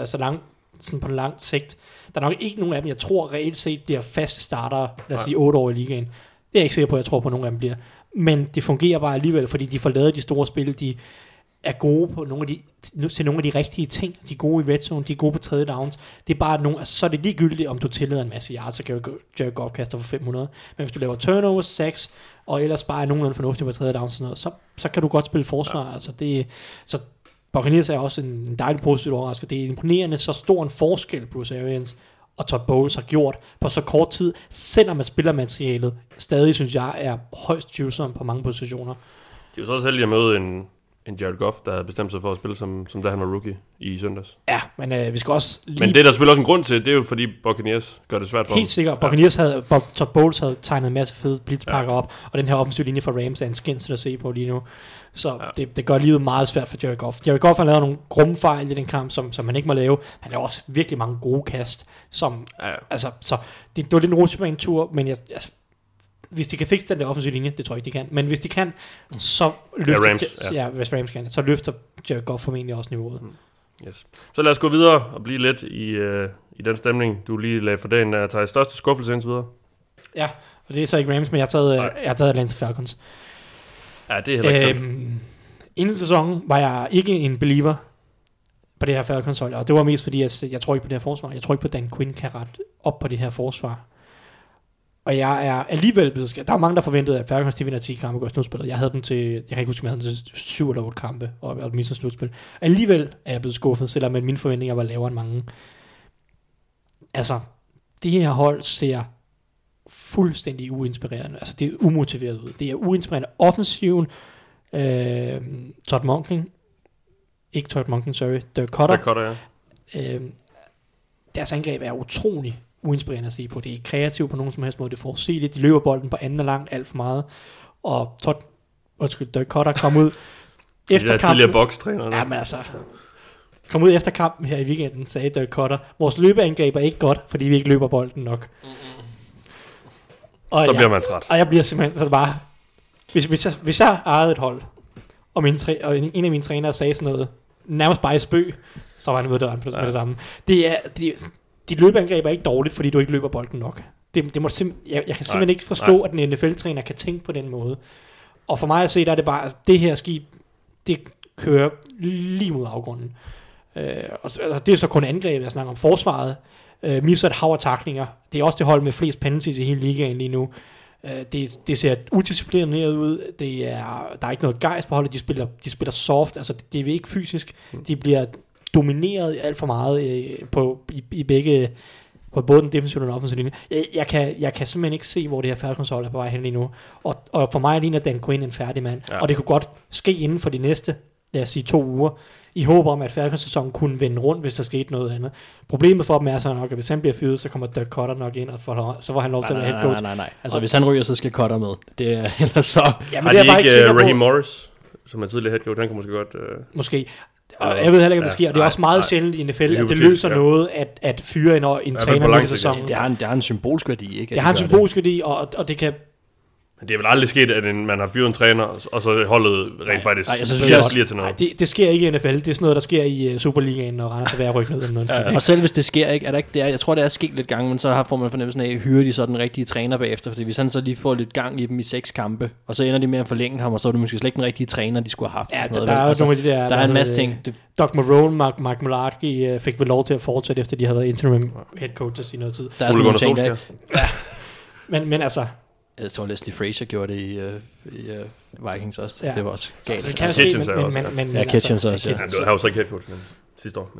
sådan på en lang sigt. Der er nok ikke nogen af dem, jeg tror reelt set bliver faste starter, lad os sige 8 år i ligaen. Det er jeg ikke sikker på, at jeg tror på, at nogen af dem bliver. Men det fungerer bare alligevel, fordi de får lavet de store spil, de er gode på til nogle af de rigtige ting. De er gode i red zone, de er gode på tredje downs. Det er bare så er det ligegyldigt, om du tillader en masse yards, så kan Jared Goff kaster for 500. Men hvis du laver turnovers, sacks, og ellers bare er nogenlunde fornuftigt på tredje downs, sådan noget, så kan du godt spille forsvar. Ja. Altså så Buccaneers er også en dejlig positiv overraskelse. Det er imponerende, så stor en forskel, Bruce Arians og Todd Bowles har gjort på så kort tid, selvom at spillermaterialet stadig, synes jeg, er højst tvivlsomt på mange positioner. Det er jo så også heldigt at møde en Jared Goff, der havde bestemt sig for at spille, som da han var rookie i søndags. Ja, men vi skal også lige... Men det er der selvfølgelig også en grund til, det er jo fordi Buccaneers gør det svært for Helt sikkert. Buccaneers Todd Bowles havde tegnet en masse fede blitzpakker op, og den her offensiv linje for Rams er en skændsel at se på lige nu. Så det gør livet meget svært for Jared Goff. Jared Goff har lavet nogle grumme fejl i den kamp, som han ikke må lave. Han laver også virkelig mange gode kast, som... Altså, så det var lidt en rutsjebanetur, men hvis de kan fikse den der offensiv linje, det tror jeg ikke, de kan, men hvis de kan, så løfter hvis Rams kan, så løfter Jared Goff formentlig også niveauet. Yes. Så lad os gå videre og blive lidt i den stemning, du lige lagde for dagen, der tager største skuffelse indtil videre. Ja, og det er så ikke Rams, men jeg har taget Atlanta Falcons. Ja, det er heller ikke inden sæsonen var jeg ikke en believer på det her Falcons hold, og det var mest fordi, jeg tror ikke på det her forsvar. Jeg tror ikke på, at Dan Quinn kan rette op på det her forsvar. Og jeg er alligevel blevet... Der er mange, der forventede, at Falcons vinder 10 kampe og går slutspillet. Jeg havde dem til... Jeg kan ikke huske, om jeg havde dem til 7 eller 8 kampe og misser slutspil. Alligevel er jeg blevet skuffet, selvom mine forventninger var lavere end mange. Altså, det her hold ser fuldstændig uinspirerende. Altså, det er umotiveret ud. Det er uinspirerende. Offensiven, Todd Monken, Dirk Koetter, ja. Deres angreb er utrolig uinspirerende at se på. Det er ikke kreativt på nogen som helst måde. Det er forudsigeligt. De løber bolden på anden og langt alt for meget. Og Dirk Koetter kom ud efter kampen. Tidligere bokstræner. Ja, men altså... Kom ud efter kampen her i weekenden, sagde Dirk Koetter. Vores løbeangreb er ikke godt, fordi vi ikke løber bolden nok. Og så bliver man træt. Og jeg bliver simpelthen så bare... Hvis jeg ejede et hold, og en af mine trænere sagde sådan noget, nærmest bare i spøg, så var han ved døren med det samme. Dit løbeangreb er ikke dårligt, fordi du ikke løber bolden nok. Det må jeg kan simpelthen ikke forstå, at en NFL-træner kan tænke på den måde. Og for mig at se, der er det bare, det her skib, det kører lige mod afgrunden. Og det er så kun angrebet, jeg snakker om forsvaret. Misser et hav af tacklinger. Det er også det hold med flest penalties i hele ligaen lige nu. Det ser udisciplineret ud. Der er ikke noget gejst på holdet. De spiller soft. Altså det er ikke fysisk. De bliver domineret alt for meget i begge, på både den defensive og den offensive linje. Jeg kan simpelthen ikke se, hvor det her Falcons hold er på vej hen lige nu. Og for mig ligner Dan Quinn en færdig mand. Ja. Og det kunne godt ske inden for de næste, lad os sige 2 uger, i håb om, at Falcons-sæsonen kunne vende rundt, hvis der skete noget andet. Problemet for dem er så nok, at hvis han bliver fyret, så kommer Dirk Koetter nok ind, og så får han lov til at være head coach. Nej. Altså, hvis han ryger, så skal Koetter med. Det er ellers så... Ja, men det er bare ikke Raheem Morris, som er tidligere head coach, han kan måske godt... Måske. Og jeg ved heller ikke, hvad der sker. Det er også meget sjældent i NFL, at det løser noget at fyre en træner i sæsonen. Det har en symbolsk værdi, ikke? Det har en symbolsk værdi, og det kan... Men det er vel aldrig sket, at man har fyret en træner, og så holdet rent faktisk bliver til noget. Nej, det sker ikke i NFL. Det er sådan noget, der sker i Superligaen, og Randers er ved at rykke ned. Og selv hvis det sker, ikke, er der ikke det? Jeg tror, det er sket lidt gange, men så får man fornemmelsen af, at hyrer de så den rigtige træner bagefter. Fordi hvis han så lige får lidt gang i dem i 6 kampe, og så ender de med at forlænge ham, og så er det måske slet ikke den rigtige træner, de skulle have haft. Ja, der er også nogle af de der... Der er en masse ting. Doug Marrone, Mike Mularkey fik vel lov til at fortsætte, efter de havde været interim head coaches i noget tid. Der er sådan nogle ting, der... Men altså... Jeg tror, Leslie Frazier gjorde det i Vikings også. Ja. Det var også galt. Så det kan ske, men Kitchens også. Ja, du har jo så ikke head coach sidste år.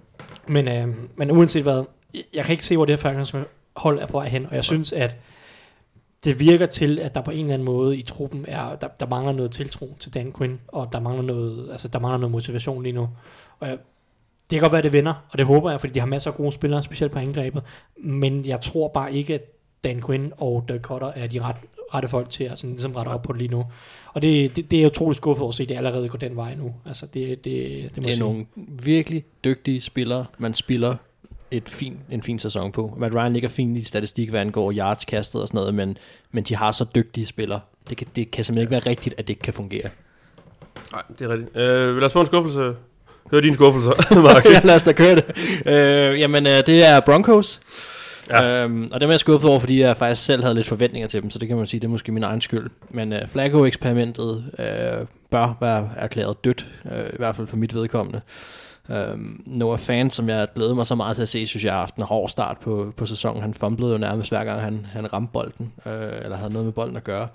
Men uanset hvad, jeg kan ikke se, hvor det her Falcons hold er på vej hen, og jeg synes, at det virker til, at der på en eller anden måde i truppen der mangler noget tiltro til Dan Quinn, og der mangler noget motivation lige nu. Og det kan godt være, det vender, og det håber jeg, fordi de har masser af gode spillere, specielt på angrebet, men jeg tror bare ikke, at Dan Quinn og Dirk Koetter er de rette folk til at sådan, ligesom rette op på det lige nu. Og det er utroligt skuffet at se, at det allerede går den vej nu. Altså, det er nogle virkelig dygtige spillere, man spiller en fin sæson på. Matt Ryan ligger fint i statistik, hvad angår yards kastet og sådan noget, men de har så dygtige spillere. Det kan simpelthen ikke være rigtigt, at det ikke kan fungere. Nej, det er rigtigt. Lad os få en skuffelse. Hør din skuffelse, Mark. Ja, lad os da køre det. Det er Broncos. Ja. Og dem er jeg skuffet over, fordi jeg faktisk selv havde lidt forventninger til dem, så det kan man sige, det er måske min egen skyld. Men Flacco-eksperimentet bør være erklæret dødt, i hvert fald for mit vedkommende. Noah Fant, som jeg glæder mig så meget til at se, synes jeg har haft en hård start på sæsonen. Han fumblede jo nærmest hver gang han ramte bolden, eller havde noget med bolden at gøre.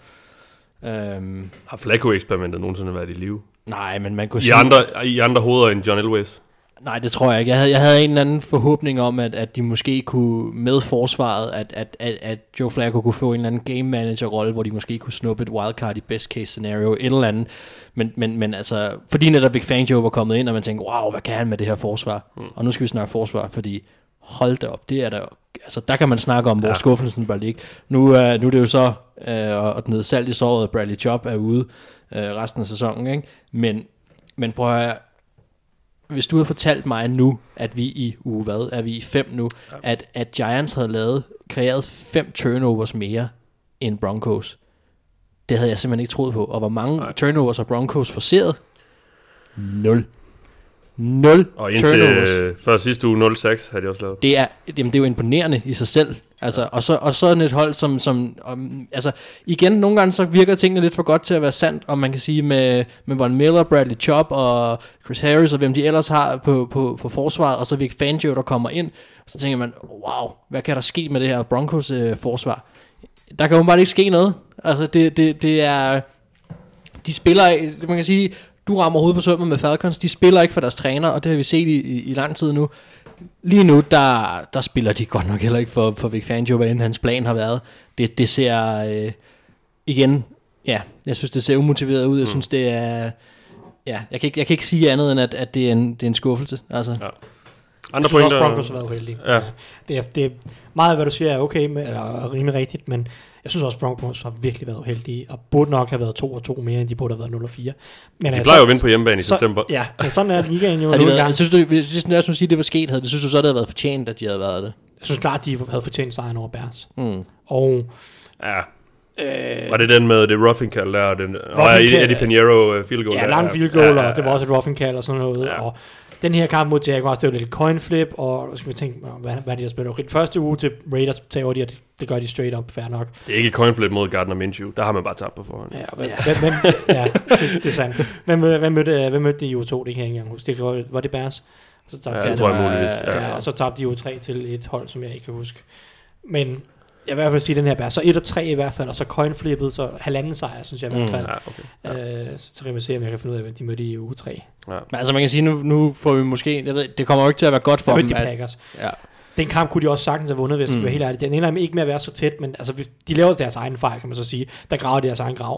Har Flacco-eksperimentet nogensinde været i live? Nej, men man kunne I andre hoveder end John Elway's? Nej, det tror jeg ikke. Jeg havde en eller anden forhåbning om, at de måske kunne med forsvaret, at Joe Flacco kunne få en eller anden game manager-rolle, hvor de måske kunne snuppe et wildcard i best case scenario, et eller andet. Men altså, fordi netop Vic Fangio var kommet ind, og man tænkte, wow, hvad kan han med det her forsvar? Og nu skal vi snakke forsvar, fordi hold da op, det er der, altså der kan man snakke om, hvor skuffelsen bør ligge. Nu er det jo så, og den salt i såret, Bradley Chubb er ude resten af sæsonen, ikke? Men prøv at hvis du havde fortalt mig nu, at vi i uge, hvad er vi i 5 nu, at Giants havde kreeret 5 turnovers mere end Broncos, det havde jeg simpelthen ikke troet på. Og hvor mange turnovers har Broncos forceret? 0 og indtil før sidste uge 0-6 havde de også lavet. Det er jo imponerende i sig selv. Altså, og så et hold som altså igen, nogle gange så virker tingene lidt for godt til at være sandt, og man kan sige med Von Miller, Bradley Chubb og Chris Harris og hvem de ellers har på forsvaret, og så Vic Fangio der kommer ind, så tænker man, wow, hvad kan der ske med det her Broncos forsvar? Der kan jo bare ikke ske noget. Altså det er, de spiller, man kan sige, du rammer hovedet på sømmet med Falcons, de spiller ikke for deres træner, og det har vi set i lang tid nu. Lige nu, der spiller de godt nok heller ikke for Vic Fangio, hvad end hans plan har været. Det ser, igen, ja, jeg synes, det ser umotiveret ud. Jeg synes, det er, ja, jeg kan ikke sige andet, end at det er en skuffelse. Altså. Ja. Andre pointer. Også Broncos har været uheldige. Ja. Det er meget, hvad du siger, er okay, med, eller rimelig rigtigt, men jeg synes også, Broncos har virkelig været uheldige, og burde nok have været 2-2 mere, end de burde have været 0-4. Men de plejer jo at vinde på hjemmebane i september. Ja, men sådan er ligaen jo. Synes du, hvis jeg synes, det var sket, synes du så, det havde været fortjent, at de havde været det? Jeg synes klart, de havde fortjent sejren over Bears. Og ja. Var det den med det roughing call der, den Eddie Pinheiro field goal? Ja, lang field goal, og det var også et roughing call og sådan noget, og den her kamp mod Jaguars, det var lidt coin flip, og skal vi tænke, hvad de har spillet? Okay, første uge til Raiders tager de, og det gør de straight up, fair nok. Det er ikke coin flip mod Gardner Minshew, der har man bare tabt på forhånd. Ja, det er sandt. Hvem mødte de i uge 2? Det kan jeg ikke engang huske. Var det Bears? Så tabte det tror jeg muligvis. Ja, og så tabte de uge 3 til et hold, som jeg ikke kan huske. Men jeg vil i hvert fald sige den her Bears. Så 1-3 i hvert fald, og så coin flippet, så halvanden sejr, synes jeg i hvert fald. Så kan vi se, om jeg kan finde ud af, hvad de mødte i uge 3. Ja. Men altså man kan sige, nu får vi måske, jeg ved, det kommer jo ikke til at være godt for dem. De Packers. Ja. Den kamp kunne de også sagtens have vundet, hvis det var helt ærligt. Den ender ikke med at være så tæt, men altså, de laver deres egen fejl, kan man så sige. Der graver deres egen grav,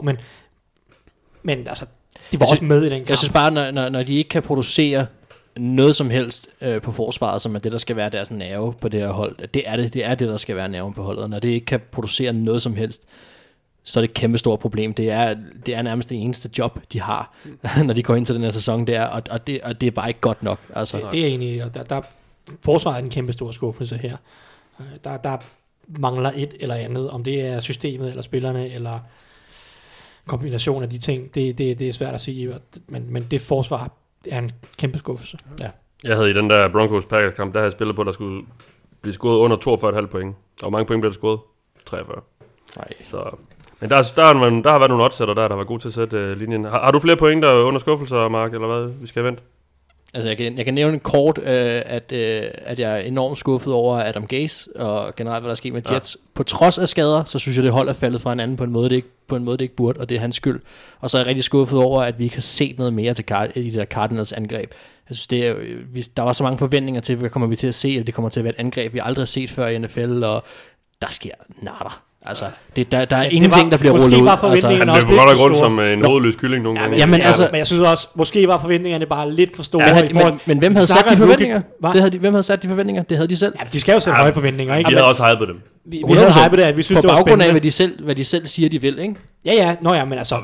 men altså, de var også med i den kamp. Jeg synes bare, når de ikke kan producere noget som helst på forsvaret, som er det, der skal være deres nerve på det her hold. Det er det, der skal være nerven på holdet. Når det ikke kan producere noget som helst, så er det et kæmpe stort problem. Det er nærmest det eneste job, de har, når de går ind til den her sæson. Og det er bare ikke godt nok. Altså. Det er egentlig, og der forsvaret er en kæmpe stor skuffelse her. Der mangler et eller andet, om det er systemet, eller spillerne, eller kombination af de ting. Det er svært at sige, men det forsvar er en kæmpe skuffelse. Ja. Jeg havde i den der Broncos-Packers kamp, der havde jeg spillet på, at der skulle blive scoret under 42,5 point. Og hvor mange point blev der scoret? 43. Nej. Så, men der har været nogle oddsætter der var god til at sætte linjen. Har du flere point der under skuffelser, Mark, eller hvad vi skal vente? Altså jeg kan nævne kort, at jeg er enormt skuffet over Adam Gase, og generelt hvad der er sket med Jets. På trods af skader, så synes jeg, det hold er faldet fra hinanden på en måde, det ikke burde, og det er hans skyld. Og så er jeg rigtig skuffet over, at vi ikke har set noget mere til i det der Cardinals angreb. Jeg synes, der var så mange forventninger til, hvad kommer vi til at se, at det kommer til at være et angreb, vi aldrig har set før i NFL, og der sker natter. Altså, der er ingenting, der bliver rullet ud. Altså, han bliver godt rundt som en hovedløs kylling nogle gange. Jamen, altså, men jeg synes også, måske var forventningerne bare lidt for store. Men hvem havde sat de forventninger? Hvem havde sat de forventninger? Det havde de selv. Ja, de skal jo sætte høje forventninger, ikke? Vi havde også hypet dem. Vi havde hypet det, at vi synes, det var spændende. På baggrund af, hvad de selv siger, de vil, ikke? Ja, men altså...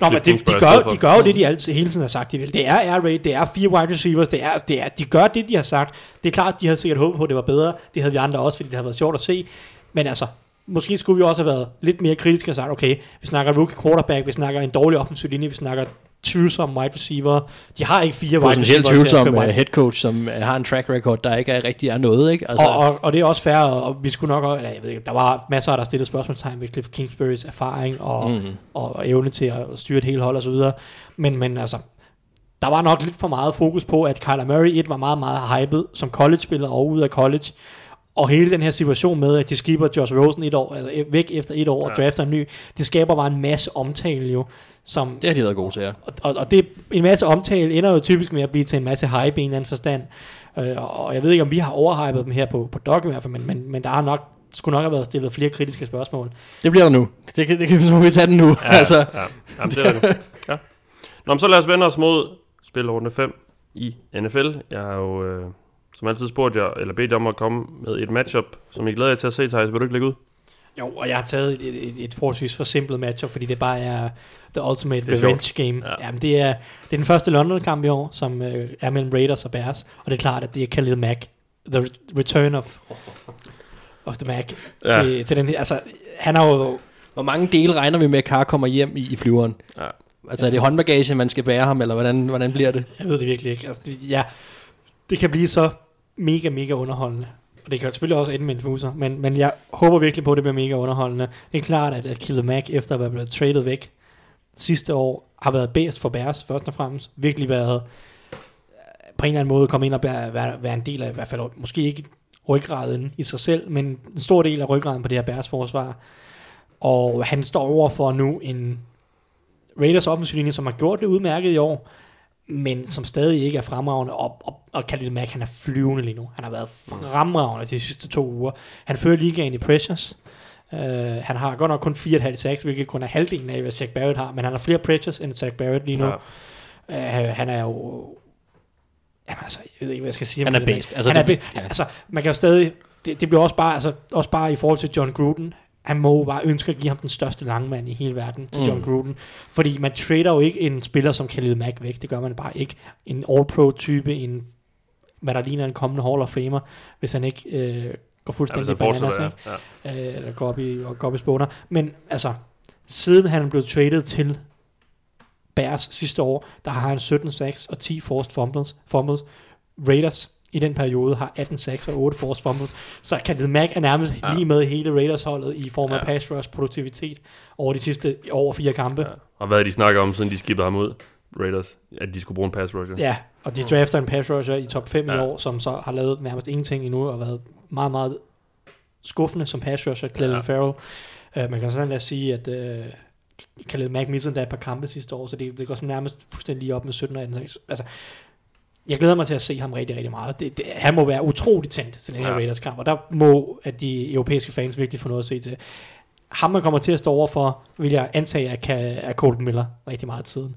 de gør jo det, de altid hele tiden har sagt, de vil. Det er air raid, det er 4 wide receivers, de gør det, de har sagt. Det er klart, de havde sikkert håbet på, at det var bedre. Det havde vi andre også, fordi det havde været sjovt at se. Men altså... Måske skulle vi også have været lidt mere kritiske og sagt, okay, vi snakker rookie quarterback, vi snakker en dårlig offensiv linje, vi snakker tvivlsom wide receiver. De har ikke 4 wide receiver. Potentielt tvivlsom head coach, som har en track record, der ikke rigtig er noget, ikke? Altså. Og det er også fair, og vi skulle nok, jeg ved ikke, der var masser, der stillede spørgsmålstegn ved Cliff Kingsburys erfaring og evne til at styre et helt hold og så videre. Men altså, der var nok lidt for meget fokus på, at Kyler Murray var meget, meget hyped som college-spiller og ude af college. Og hele den her situation med, at de skipper Josh Rosen væk efter 1 år og drafter en ny, det skaber bare en masse omtale jo. Som, det har de været gode til, ja. Og det, en masse omtale ender jo typisk med at blive til en masse hype i en eller anden forstand. Og jeg ved ikke, om vi har overhypet dem her på Doc i hvert fald, men der har skulle nok have været stillet flere kritiske spørgsmål. Det bliver der nu. Det kan vi tage den nu. Ja, altså. Jamen, det er det. Ja. Nå, men så lad os vende os mod spilrunde 5 i NFL. Jeg har jo som altid bedt jer om at komme med et matchup, som I glæder jer til at se, Thijs. Vil du ikke lægge ud? Jo, og jeg har taget et forholdsvis forsimplet matchup, fordi det bare er the ultimate revenge game. Ja. Jamen, det er den første London-kamp i år, som er mellem Raiders og Bears, og det er klart, at det er Khalil Mack, the return of the Mack til den her. Altså, han har jo... Hvor mange dele regner vi med, at Carr kommer hjem i flyveren? Ja. Altså, er det håndbagage, man skal bære ham, eller hvordan bliver det? Jeg ved det virkelig ikke. Altså, det kan blive så mega underholdende. Og det kan selvfølgelig også ende med en fuser, men jeg håber virkelig på, at det bliver mega underholdende. Det er klart, at Khalil Mack, efter at være blevet traded væk sidste år, har været bedst for Bears, først og fremmest. Virkelig været på en eller anden måde komme ind og være en del af, i hvert fald måske ikke ryggraden i sig selv, men en stor del af ryggraden på det her Bears forsvar. Og han står over for nu en Raiders offensiv linje, som har gjort det udmærket i år, men som stadig ikke er fremragende, og Khalil Mack, han er flyvende lige nu. Han har været fremragende de sidste 2 uger. Han fører ligaen i pressures. Han har godt nok kun 4,5 sacks, hvilket kun er halvdelen af, hvad Zach Barrett har, men han har flere pressures end Zach Barrett lige nu. Ja. Han er jo... Jamen altså, jeg ved ikke, hvad jeg skal sige. Han er bedst. Altså, man kan jo stadig... Det bliver også bare i forhold til John Gruden. Han må bare ønske at give ham den største langmand i hele verden til John Gruden. Fordi man trader jo ikke en spiller som Khalil Mack væk. Det gør man bare ikke. En all-pro-type, hvad der ligner en kommende Hall of Famer, hvis han ikke går fuldstændig bananas. Eller går op i spåner. Men altså, siden han er blevet traded til Bears sidste år, der har han 17 sacks og 10 forced fumbles. Raiders i den periode har 18 sacks og 8 forced fumbles. Så Khalil Mack er nærmest lige med hele Raiders-holdet i form af pass rush produktivitet over de sidste 4 kampe. Ja. Og hvad de snakker om, siden de skippede ham ud, Raiders, at de skulle bruge en pass rusher. Ja, og de drafter en pass rusher i top 5 i år, som så har lavet nærmest ingenting endnu, og været meget, meget skuffende som pass rusher, Clelin Ferrell. Man kan sådan lade sige, at Khalil Mack missede et par kampe sidste år, så det går som nærmest fuldstændig lige op med 17 og 18. Altså, jeg glæder mig til at se ham rigtig, rigtig meget. Han må være utroligt tændt til den her Raiders-kamp, og der må at de europæiske fans virkelig få noget at se til. Ham, man kommer til at stå over for, vil jeg antage, at Colton Miller rigtig meget tiden.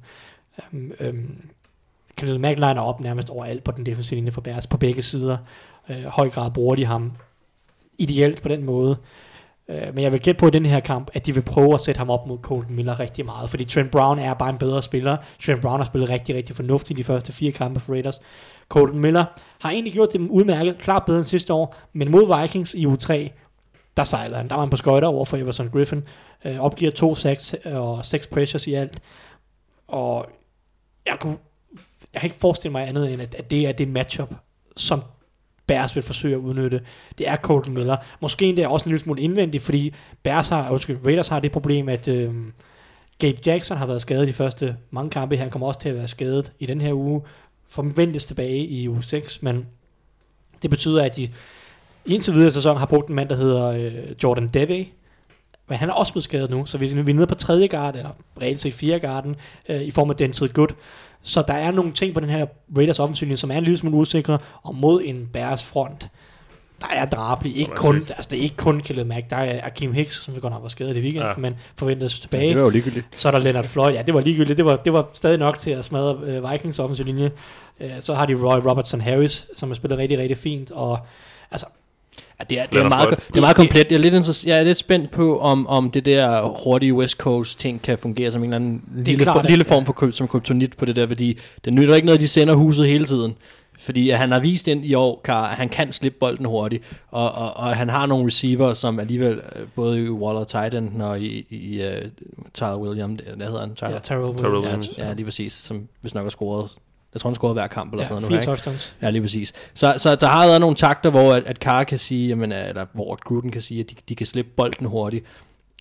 Khalil Mack liner op nærmest overalt på den defensive linje for Bears, på begge sider. Høj grad bruger de ham ideelt på den måde. Men jeg vil gætte på i den her kamp, at de vil prøve at sætte ham op mod Colton Miller rigtig meget, fordi Trent Brown er bare en bedre spiller. Trent Brown har spillet rigtig, rigtig fornuftigt de første 4 kampe for Raiders. Colton Miller har egentlig gjort det udmærket, klart bedre end sidste år, men mod Vikings i uge 3, der sejler han. Der var han på skøjter over for Everson Griffin, opgiver 2 sacks og 6 pressures i alt. Og jeg kan ikke forestille mig andet end, at det er det matchup, som Bears vil forsøge at udnytte. Det er Colton Miller. Måske endda også en lille smule indvendigt, fordi Raiders har det problem, at Gabe Jackson har været skadet de første mange kampe. Han kommer også til at være skadet i den her uge. Forventes tilbage i uge 6, men det betyder, at de indtil videre sæson har brugt en mand, der hedder Jordan Devey. Men han er også blevet skadet nu, så vi er nede på 3. guard, eller reelt set 4. guarden, i form af Denzel Good. Så der er nogle ting på den her Raiders offensiv, som er en lille smule usikre, og mod en Bears front, der er drabelig. Det er ikke kun Khalil Mack, der er Akeem Hicks, som godt nok var skadet i weekenden, men forventes tilbage. Ja, det var jo ligegyldigt. Så er der Leonard Floyd, det var ligegyldigt, det var stadig nok til at smadre Vikings offensiv linje. Så har de Roy Robertson Harris, som har spillet rigtig, rigtig fint, og altså, det er meget komplet. Jeg er lidt spændt på, om det der hurtige West Coast ting kan fungere som en eller anden lille form for som kryptonit på det der, fordi det nytter ikke noget, de sender huset hele tiden. Fordi han har vist ind i år, at han kan slippe bolden hurtigt, og han har nogle receiver, som alligevel, både i Waller Titan og i Tyrell Williams, hvad hedder han? Tyrell Williams. Ja, lige præcis, som hvis nok har scoret. Jeg tror, han scorede hver kamp eller sådan noget. 4 touchdowns. Ja, lige præcis. Så der har været nogle takter, hvor at Carr kan sige, eller hvor Gruden kan sige, at de kan slippe bolden hurtigt.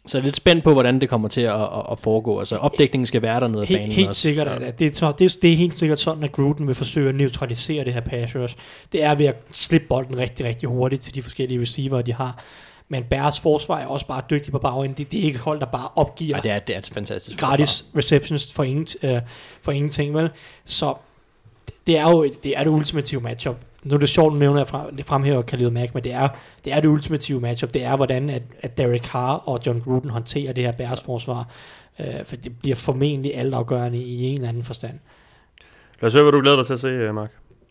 Så jeg er lidt spændt på, hvordan det kommer til at foregå. Altså opdækningen skal være dernede af banen. Helt sikkert, at det er helt sikkert sådan, at Gruden vil forsøge at neutralisere det her pass rush. Det er ved at slippe bolden rigtig, rigtig hurtigt til de forskellige receiver, de har. Men Bears forsvar er også bare dygtig på bagenden. Det er ikke hold, der bare opgiver det er et fantastisk gratis receptions for ingenting, vel? Så det er det ultimative matchup. Nu er det sjovt at nævne, at fremhæver Khalil Mack, men det er det ultimative matchup. Det er, hvordan at Derek Carr og John Gruden håndterer det her Bears forsvar. For det bliver formentlig altafgørende i en eller anden forstand. Lad os høre, hvad du glæder dig til at se, Mark.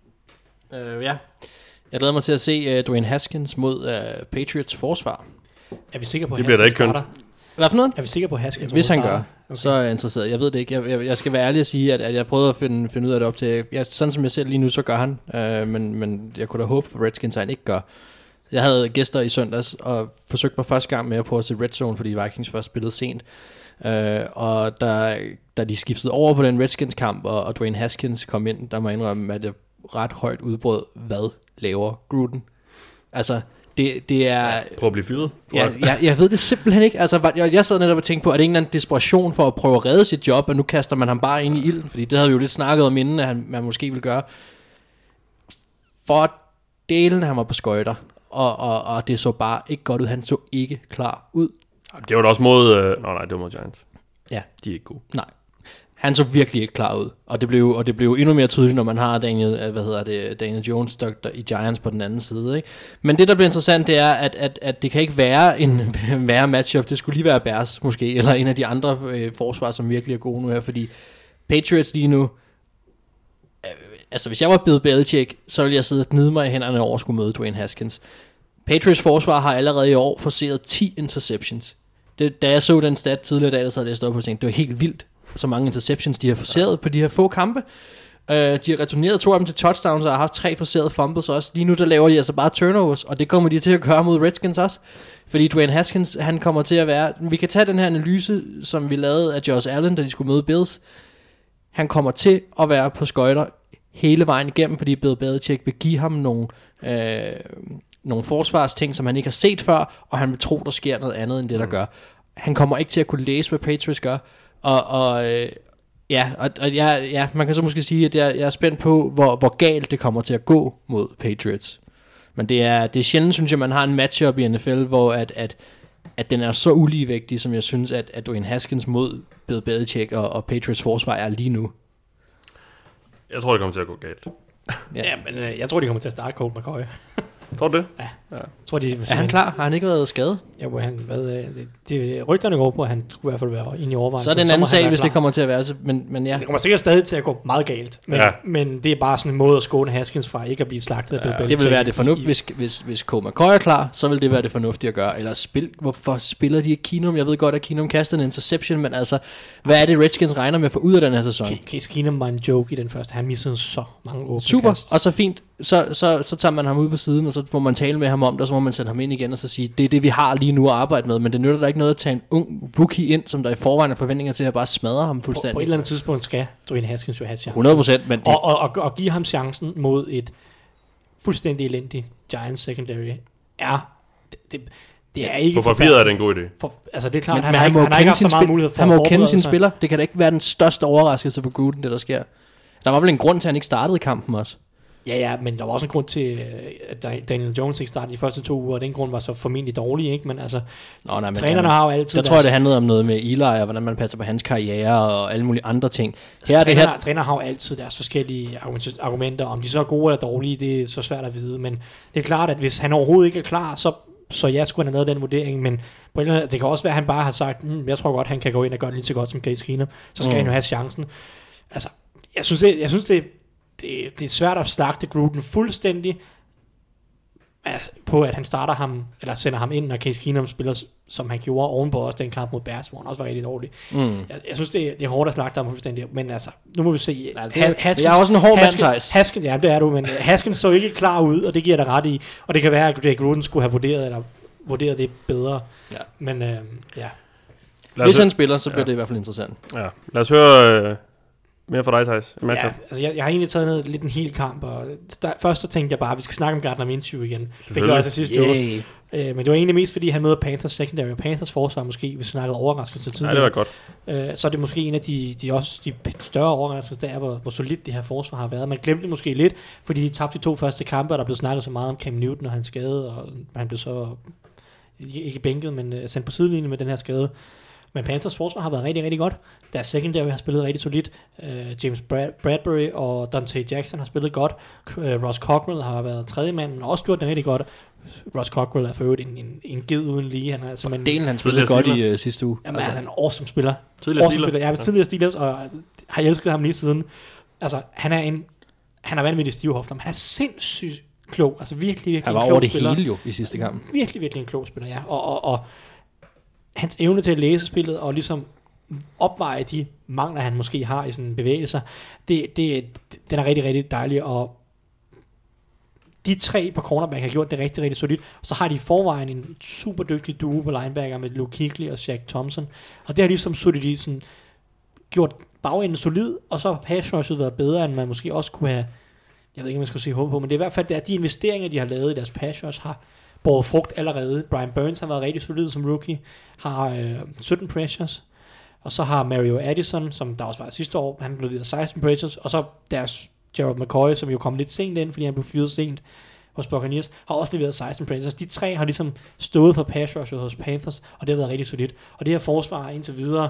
Ja, jeg glæder mig til at se Dwayne Haskins mod Patriots forsvar. Er vi sikre på, det bliver da ikke kønt. Hvad for noget? Er vi sikre på Haskins? Hvis han gør, okay, så er jeg interesseret. Jeg ved det ikke. Jeg skal være ærlig at sige, at jeg prøvede at finde ud af det op til. Sådan som jeg ser lige nu, så gør han. Men jeg kunne da håbe for Redskins, at han ikke gør. Jeg havde gæster i søndags og forsøgte mig første gang med at prøve at se Red Zone, fordi Vikings først spillede sent. Og da de skiftede over på den Redskins kamp, og Dwayne Haskins kom ind, der må jeg indrømme, at jeg ret højt udbrød, hvad laver Gruden? Altså, det er... Prøv at blive fyret. Jeg ved det simpelthen ikke. Altså, jeg sad netop og tænkte på, at det er en desperation for at prøve at redde sit job, og nu kaster man ham bare ind i ilden, fordi det havde vi jo lidt snakket om inden, at man måske ville gøre. For delen han var på skøjter, og det så bare ikke godt ud. Han så ikke klar ud. Det var da også mod... nej, det var mod Giants. Ja. De er ikke gode. Nej. Han så virkelig ikke klar ud, og det blev endnu mere tydeligt, når man har Daniel Jones i Giants på den anden side, ikke? Men det der bliver interessant, det er at det kan ikke være en værre matchup. Det skulle lige være Bears måske, eller en af de andre forsvar, som virkelig er gode nu her, fordi Patriots lige nu, altså hvis jeg var Bill Belichick, så ville jeg sidde og gnide mig i hænderne over at skulle møde Dwayne Haskins. Patriots forsvar har allerede i år forceret 10 interceptions. Da jeg så den stat tidligere dag, der sad jeg stået på og tænkte, det var helt vildt, så mange interceptions de har forceret på de her få kampe. De har returneret 2 af dem til touchdowns og har haft 3 forcerede fumbles også. Lige nu der laver de altså bare turnovers, og det kommer de til at gøre mod Redskins også. Fordi Dwayne Haskins, han kommer til at være... Vi kan tage den her analyse, som vi lavede af Josh Allen, da de skulle møde Bills. Han kommer til at være på skøjter hele vejen igennem, fordi Bill Belichick vil give ham nogle forsvarsting, som han ikke har set før, og han vil tro, der sker noget andet end det, der gør. Han kommer ikke til at kunne læse, hvad Patriots gør. Man kan så måske sige, at jeg er spændt på, hvor galt det kommer til at gå mod Patriots. Men det er sjældent, synes jeg, man har en matchup i NFL, hvor at den er så uligevægtig, som jeg synes, at Dwayne Haskins mod Bill Belichick og Patriots forsvar er lige nu. Jeg tror, det kommer til at gå galt. Ja, men jeg tror, de kommer til at starte Colt McCoy. Tror du det? Ja. Tror, er han klar? Har han ikke været skadet? Ja, rygterne går på, at han skulle i hvert fald være inde i overvejen. Så er det en anden sag, hvis det kommer til at være. Men ja. Det kommer sikkert stadig til at gå meget galt. Men det er bare sådan en måde at skåne Haskins fra ikke at blive slagtet. Det vil være det fornuftigt. Hvis Colt McCoy er klar, så vil det være det fornuftige at gøre. Eller hvorfor spiller de ikke Keenum? Jeg ved godt, at Keenum kastede en interception, men altså, hvad er det Redskins regner med at få ud af den her sæson? Case Keenum var en joke i den første. Han missede så mange åbne super, kast. Og så fint. Så tager man ham ud på siden, og så må man tale med ham om det, og så må man sende ham ind igen og så sige, det er det, vi har lige nu at arbejde med, men det nytter da ikke noget at tage en ung rookie ind, som der i forvejen er forventninger til at bare smadre ham fuldstændig. På et eller andet tidspunkt skal Dwayne Haskins jo have chancen. 100%, men det... Og give ham chancen mod et fuldstændig elendigt Giants secondary det er ikke på papiret er det en god idé. Altså det er klart, men han har ikke haft så meget mulighed for han må kende sine spiller. Det kan da ikke være den største overraskelse for Gruden, det der sker. Der var vel en grund til, at han ikke startede kampen også. Ja, men der var også en grund til, at Daniel Jones ikke startede de første 2 uger, og den grund var så formentlig dårlig, ikke? Men altså, trænerne har jo altid... Jeg tror, det handlede om noget med Eli, og hvordan man passer på hans karriere, og alle mulige andre ting. Trænere har jo altid deres forskellige argumenter, om de så er gode eller dårlige, det er så svært at vide, men det er klart, at hvis han overhovedet ikke er klar, så jeg skulle have lavet den vurdering, men på en eller anden, det kan også være, at han bare har sagt, jeg tror godt, han kan gå ind og gøre det lige så godt som Case Keenum, så skal han jo have chancen. Altså, jeg synes det er svært at slagte Gruden fuldstændig på, at han starter ham, eller sender ham ind, når Case Keenum spiller, som han gjorde ovenpå også den kamp mod Bears, hvor han også var rigtig dårlig. Jeg synes, det er hårdt at slagte ham fuldstændig, men altså, nu må vi se. Haskins, jeg er også en hård mand, Thijs. Haskins, ja, det er du, men Haskins så ikke klar ud, og det giver dig ret i, og det kan være, at Gruden skulle have vurderet det bedre. Ja. Men ja. Hvis han spiller, så bliver det i hvert fald interessant. Ja. Lad os høre Mere for dig, Thijs? Ja, altså jeg har egentlig taget lidt en hel kamp, og først så tænkte jeg bare, at vi skal snakke om Gardner Minshew igen. Det gjorde jeg til sidste uge. Men det var egentlig mest, fordi han møder Panthers secondary, og Panthers forsvar måske, hvis vi snakkede overraskelse tidligere. Ja, det var godt. Så er det måske en af de større overraskelser, der er, hvor solidt det her forsvar har været. Man glemte måske lidt, fordi de tabte de 2 første kampe, og der blev snakket så meget om Cam Newton og hans skade, og han blev så ikke bænket, men sendt på sidelinjen med den her skade. Men Panthers forsvar har været rigtig, rigtig godt. Deres secondary har spillet rigtig solidt. James Bradbury og Dante Jackson har spillet godt. Ross Cockrell har været tredje mand, men også gjort det rigtig godt. Ross Cockrell er for øvrigt en ged uden lige. Han er altså han spillede godt i sidste uge. Jamen, han er en awesome spiller. Tidligere tidligere Steelers, og har elsket ham lige siden. Altså, han er vanvittig stivhofter, men han er sindssygt klog. Altså virkelig han var over det hele jo i sidste kamp. Virkelig en klog spiller, ja. Og hans evne til at læse spillet og ligesom opveje de mangler, han måske har i sine bevægelser, den er rigtig, rigtig dejlig, og de 3 på cornerback har gjort det rigtig, rigtig solidt. Og så har de i forvejen en super dygtig duo på linebacker med Luke Kuechly og Shaq Thompson, og det har ligesom sådan gjort bagenden solid, og så har pass rushet været bedre, end man måske også kunne have, jeg ved ikke, om man skal sige håb på, men det er i hvert fald, at de investeringer, de har lavet i deres pass rush, har båret frugt allerede. Brian Burns har været rigtig solid som rookie, har 17 pressures, og så har Mario Addison, som der også var sidste år, han blev videre 16 pressures, og så deres Gerald McCoy, som jo kom lidt sent ind, fordi han blev fyret sent hos Buccaneers, har også leveret 16 pressures. De 3 har ligesom stået for pass rushet hos Panthers, og det har været rigtig solidt. Og det her forsvar indtil videre,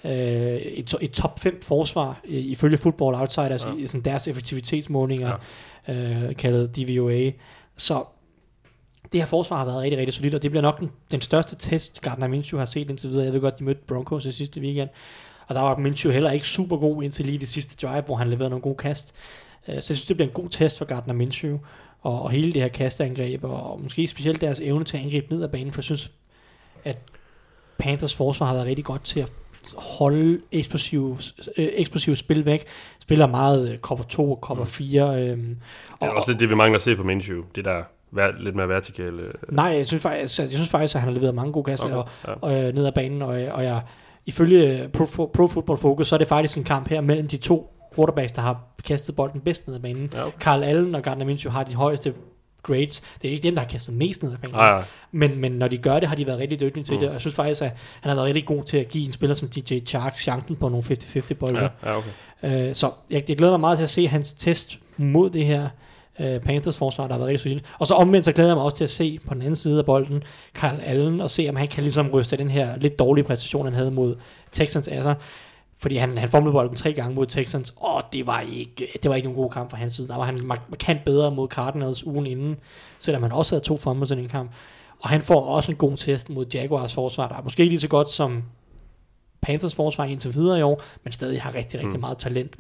et top 5 forsvar, ifølge Football Outsiders, i sådan deres effektivitetsmålinger, kaldet DVOA. Så det her forsvar har været rigtig, rigtig solidt, og det bliver nok den største test, Gardner Minshew har set indtil videre. Jeg ved godt, de mødte Broncos i sidste weekend, og der var Minshew heller ikke super god indtil lige det sidste drive, hvor han leverede nogle gode kast. Så jeg synes, det bliver en god test for Gardner Minshew, og hele det her kasteangreb, og måske specielt deres evne til at angribe ned ad banen, for jeg synes, at Panthers forsvar har været rigtig godt til at holde eksplosive spil væk. Spiller meget cover 2 og cover 4. Det er også lidt det, vi mangler at se for Minshew. Det der lidt mere vertikale. Nej, jeg synes faktisk, at han har leveret mange gode kaster ned ad banen, og jeg, ifølge Pro Football Focus, så er det faktisk en kamp her mellem de 2 quarterbacks, der har kastet bolden bedst ned ad banen. Ja, okay. Carl Allen og Gardner Minshew har de højeste grades. Det er ikke dem, der har kastet mest ned ad banen. Men når de gør det, har de været rigtig dygtige til det. Og jeg synes faktisk, at han har været rigtig god til at give en spiller som DJ Chark chancen på nogle 50-50 bolde. Ja, okay. Så jeg glæder mig meget til at se hans test mod det her Panthers forsvar, der har været rigtig solidt. Og så omvendt, så glæder jeg mig også til at se på den anden side af bolden Carl Allen, og se om han kan ligesom ryste den her lidt dårlige præstation, han havde mod Texans af sig. Fordi han fumlede bolden 3 gange mod Texans, og det var ikke nogen god kamp fra hans side. Der var han markant bedre mod Cardinals ugen inden, selvom han også havde 2 fumbles i en kamp. Og han får også en god test mod Jaguars forsvar, der er måske lige så godt som Panthers forsvar indtil videre i år, men stadig har rigtig, rigtig meget talent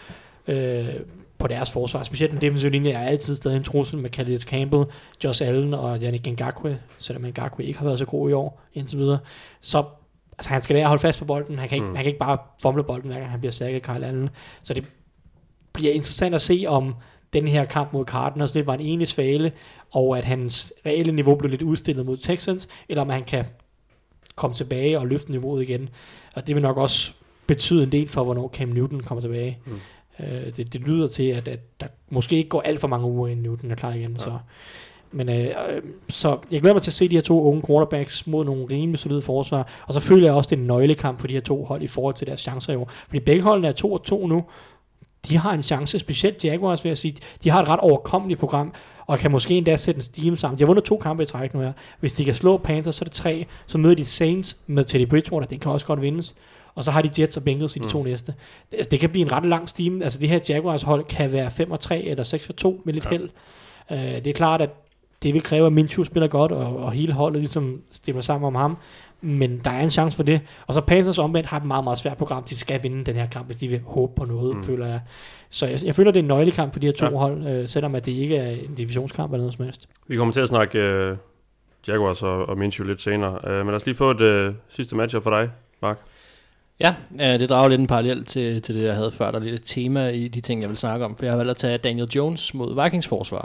på deres forsvar. Specielt den defensive linje er altid stadig en trussel med Calais Campbell, Josh Allen og Yannick Ngakoue, selvom Ngakoue ikke har været så god i år indtil videre. Så altså, han skal lære at holde fast på bolden. Han kan ikke bare fumble bolden, hver gang han bliver sækket, Carl Allen. Så det bliver interessant at se, om den her kamp mod Cardinals lidt var en enig svale, og at hans reelle niveau blev lidt udstillet mod Texans, eller om han kan komme tilbage og løfte niveauet igen. Og det vil nok også betyde en del for, hvornår Cam Newton kommer tilbage. Det lyder til, at der måske ikke går alt for mange uger, inden Newton er klar igen. Ja. Så jeg glæder mig til at se de her 2 unge quarterbacks mod nogle rimelig solide forsvar, og så føler jeg også, det er en nøglekamp for de her 2 hold i forhold til deres chancer i år. Fordi begge holdene er 2-2 nu. De har en chance, specielt Jaguars, vil jeg sige. De har et ret overkommeligt program, og kan måske endda sætte en steam sammen. De har vundet 2 kampe i træk nu her. Hvis de kan slå Panthers, så er det 3. Så møder de Saints med Teddy Bridgewater. Det kan også godt vindes. Og så har de Jets og Bengals i de 2 næste. Det kan blive en ret lang steam. Altså det her Jaguars hold kan være 5-3 eller 6-2 med lidt held. Det er klart, at det vil kræve, at Minshew spiller godt, og hele holdet ligesom stemmer sammen om ham. Men der er en chance for det. Og så Panthers omvendt har et meget, meget svært program. De skal vinde den her kamp, hvis de vil håbe på noget, føler jeg. Så jeg føler, det er en nøglekamp på de her 2 hold, selvom at det ikke er en divisionskamp eller noget som helst. Vi kommer til at snakke Jaguars og Minshew lidt senere. Men lad os lige få et sidste matchup for dig, Mark. Ja, det drager lidt en parallel til det, jeg havde før. Der er lidt et tema i de ting, jeg vil snakke om. For jeg har valgt at tage Daniel Jones mod Vikings forsvar.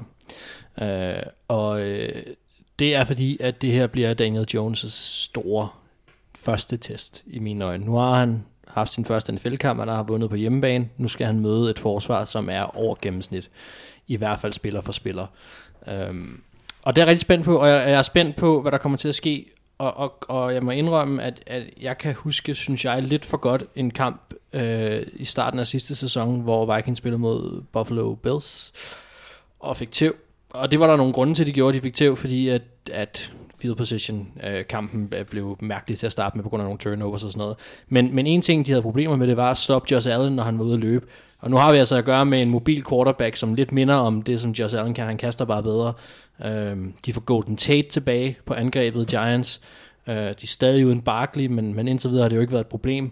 Det er fordi, at det her bliver Daniel Jones' store første test i mine øjne. Nu har haft sin første NFL-kamp, han har vundet på hjemmebane. Nu skal han møde et forsvar, som er over gennemsnit. I hvert fald spiller for spiller. Og det er jeg rigtig spændt på, og jeg er spændt på, hvad der kommer til at ske. Og jeg må indrømme, at jeg kan huske, synes jeg, lidt for godt en kamp i starten af sidste sæson, hvor Vikings spillede mod Buffalo Bills og fik tæv. Og det var der nogle grunde til, at de gjorde, de fik tæv, fordi at field position kampen blev mærkelig til at starte med på grund af nogle turnovers og sådan noget. Men en ting, de havde problemer med, det var at stoppe Josh Allen, når han var ude at løbe. Og nu har vi altså at gøre med en mobil quarterback, som lidt minder om det, som Josh Allen kan. Han kaster bare bedre. De får Golden Tate tilbage på angrebet, Giants. De er stadig uden Barkley, men indtil videre har det jo ikke været et problem.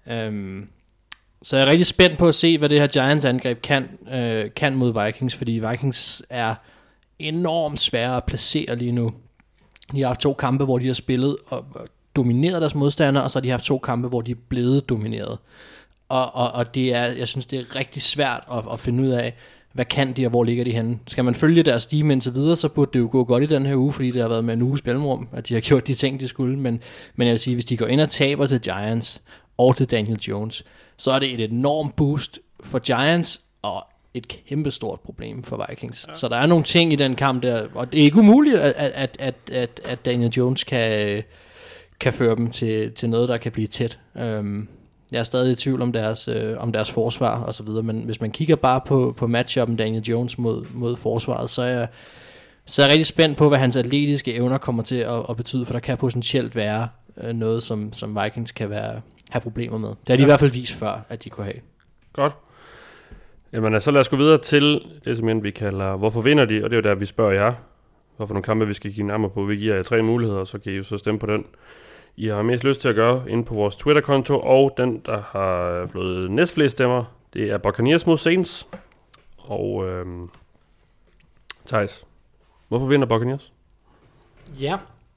Så jeg er rigtig spændt på at se, hvad det her Giants angreb kan mod Vikings, fordi Vikings er enormt svære at placere lige nu. De har haft 2 kampe, hvor de har spillet og domineret deres modstandere, og så har de haft 2 kampe, hvor de er blevet domineret. Og det er, jeg synes, det er rigtig svært at finde ud af, hvad kan de, og hvor ligger de henne. Skal man følge deres stime indtil videre, så burde det jo gå godt i den her uge, fordi det har været med en uges mellemrum, at de har gjort de ting, de skulle. Men jeg vil sige, hvis de går ind og taber til Giants og til Daniel Jones, så er det et enormt boost for Giants, og et kæmpestort problem for Vikings. Ja. Så der er nogle ting i den kamp der, og det er ikke umuligt, at Daniel Jones kan føre dem til noget, der kan blive tæt. Jeg er stadig i tvivl om deres forsvar og så videre, men hvis man kigger bare på matchuppen Daniel Jones mod forsvaret, så er jeg rigtig spændt på, hvad hans atletiske evner kommer til at betyde, for der kan potentielt være noget, som Vikings kan have problemer med. Det har de i hvert fald vist før, at de kunne have. Godt. Jamen, så lad os gå videre til det, som vi kalder, hvorfor vinder de? Og det er jo der, vi spørger jer, hvorfor nogle kampe vi skal give nærmere på. Vi giver jer 3 muligheder, og så kan I jo så stemme på den, I har mest lyst til at gøre inde på vores Twitter-konto, og den, der har fået næstflest stemmer, det er Buccaneers mod Saints. Og Thijs, hvorfor vinder Buccaneers? Ja,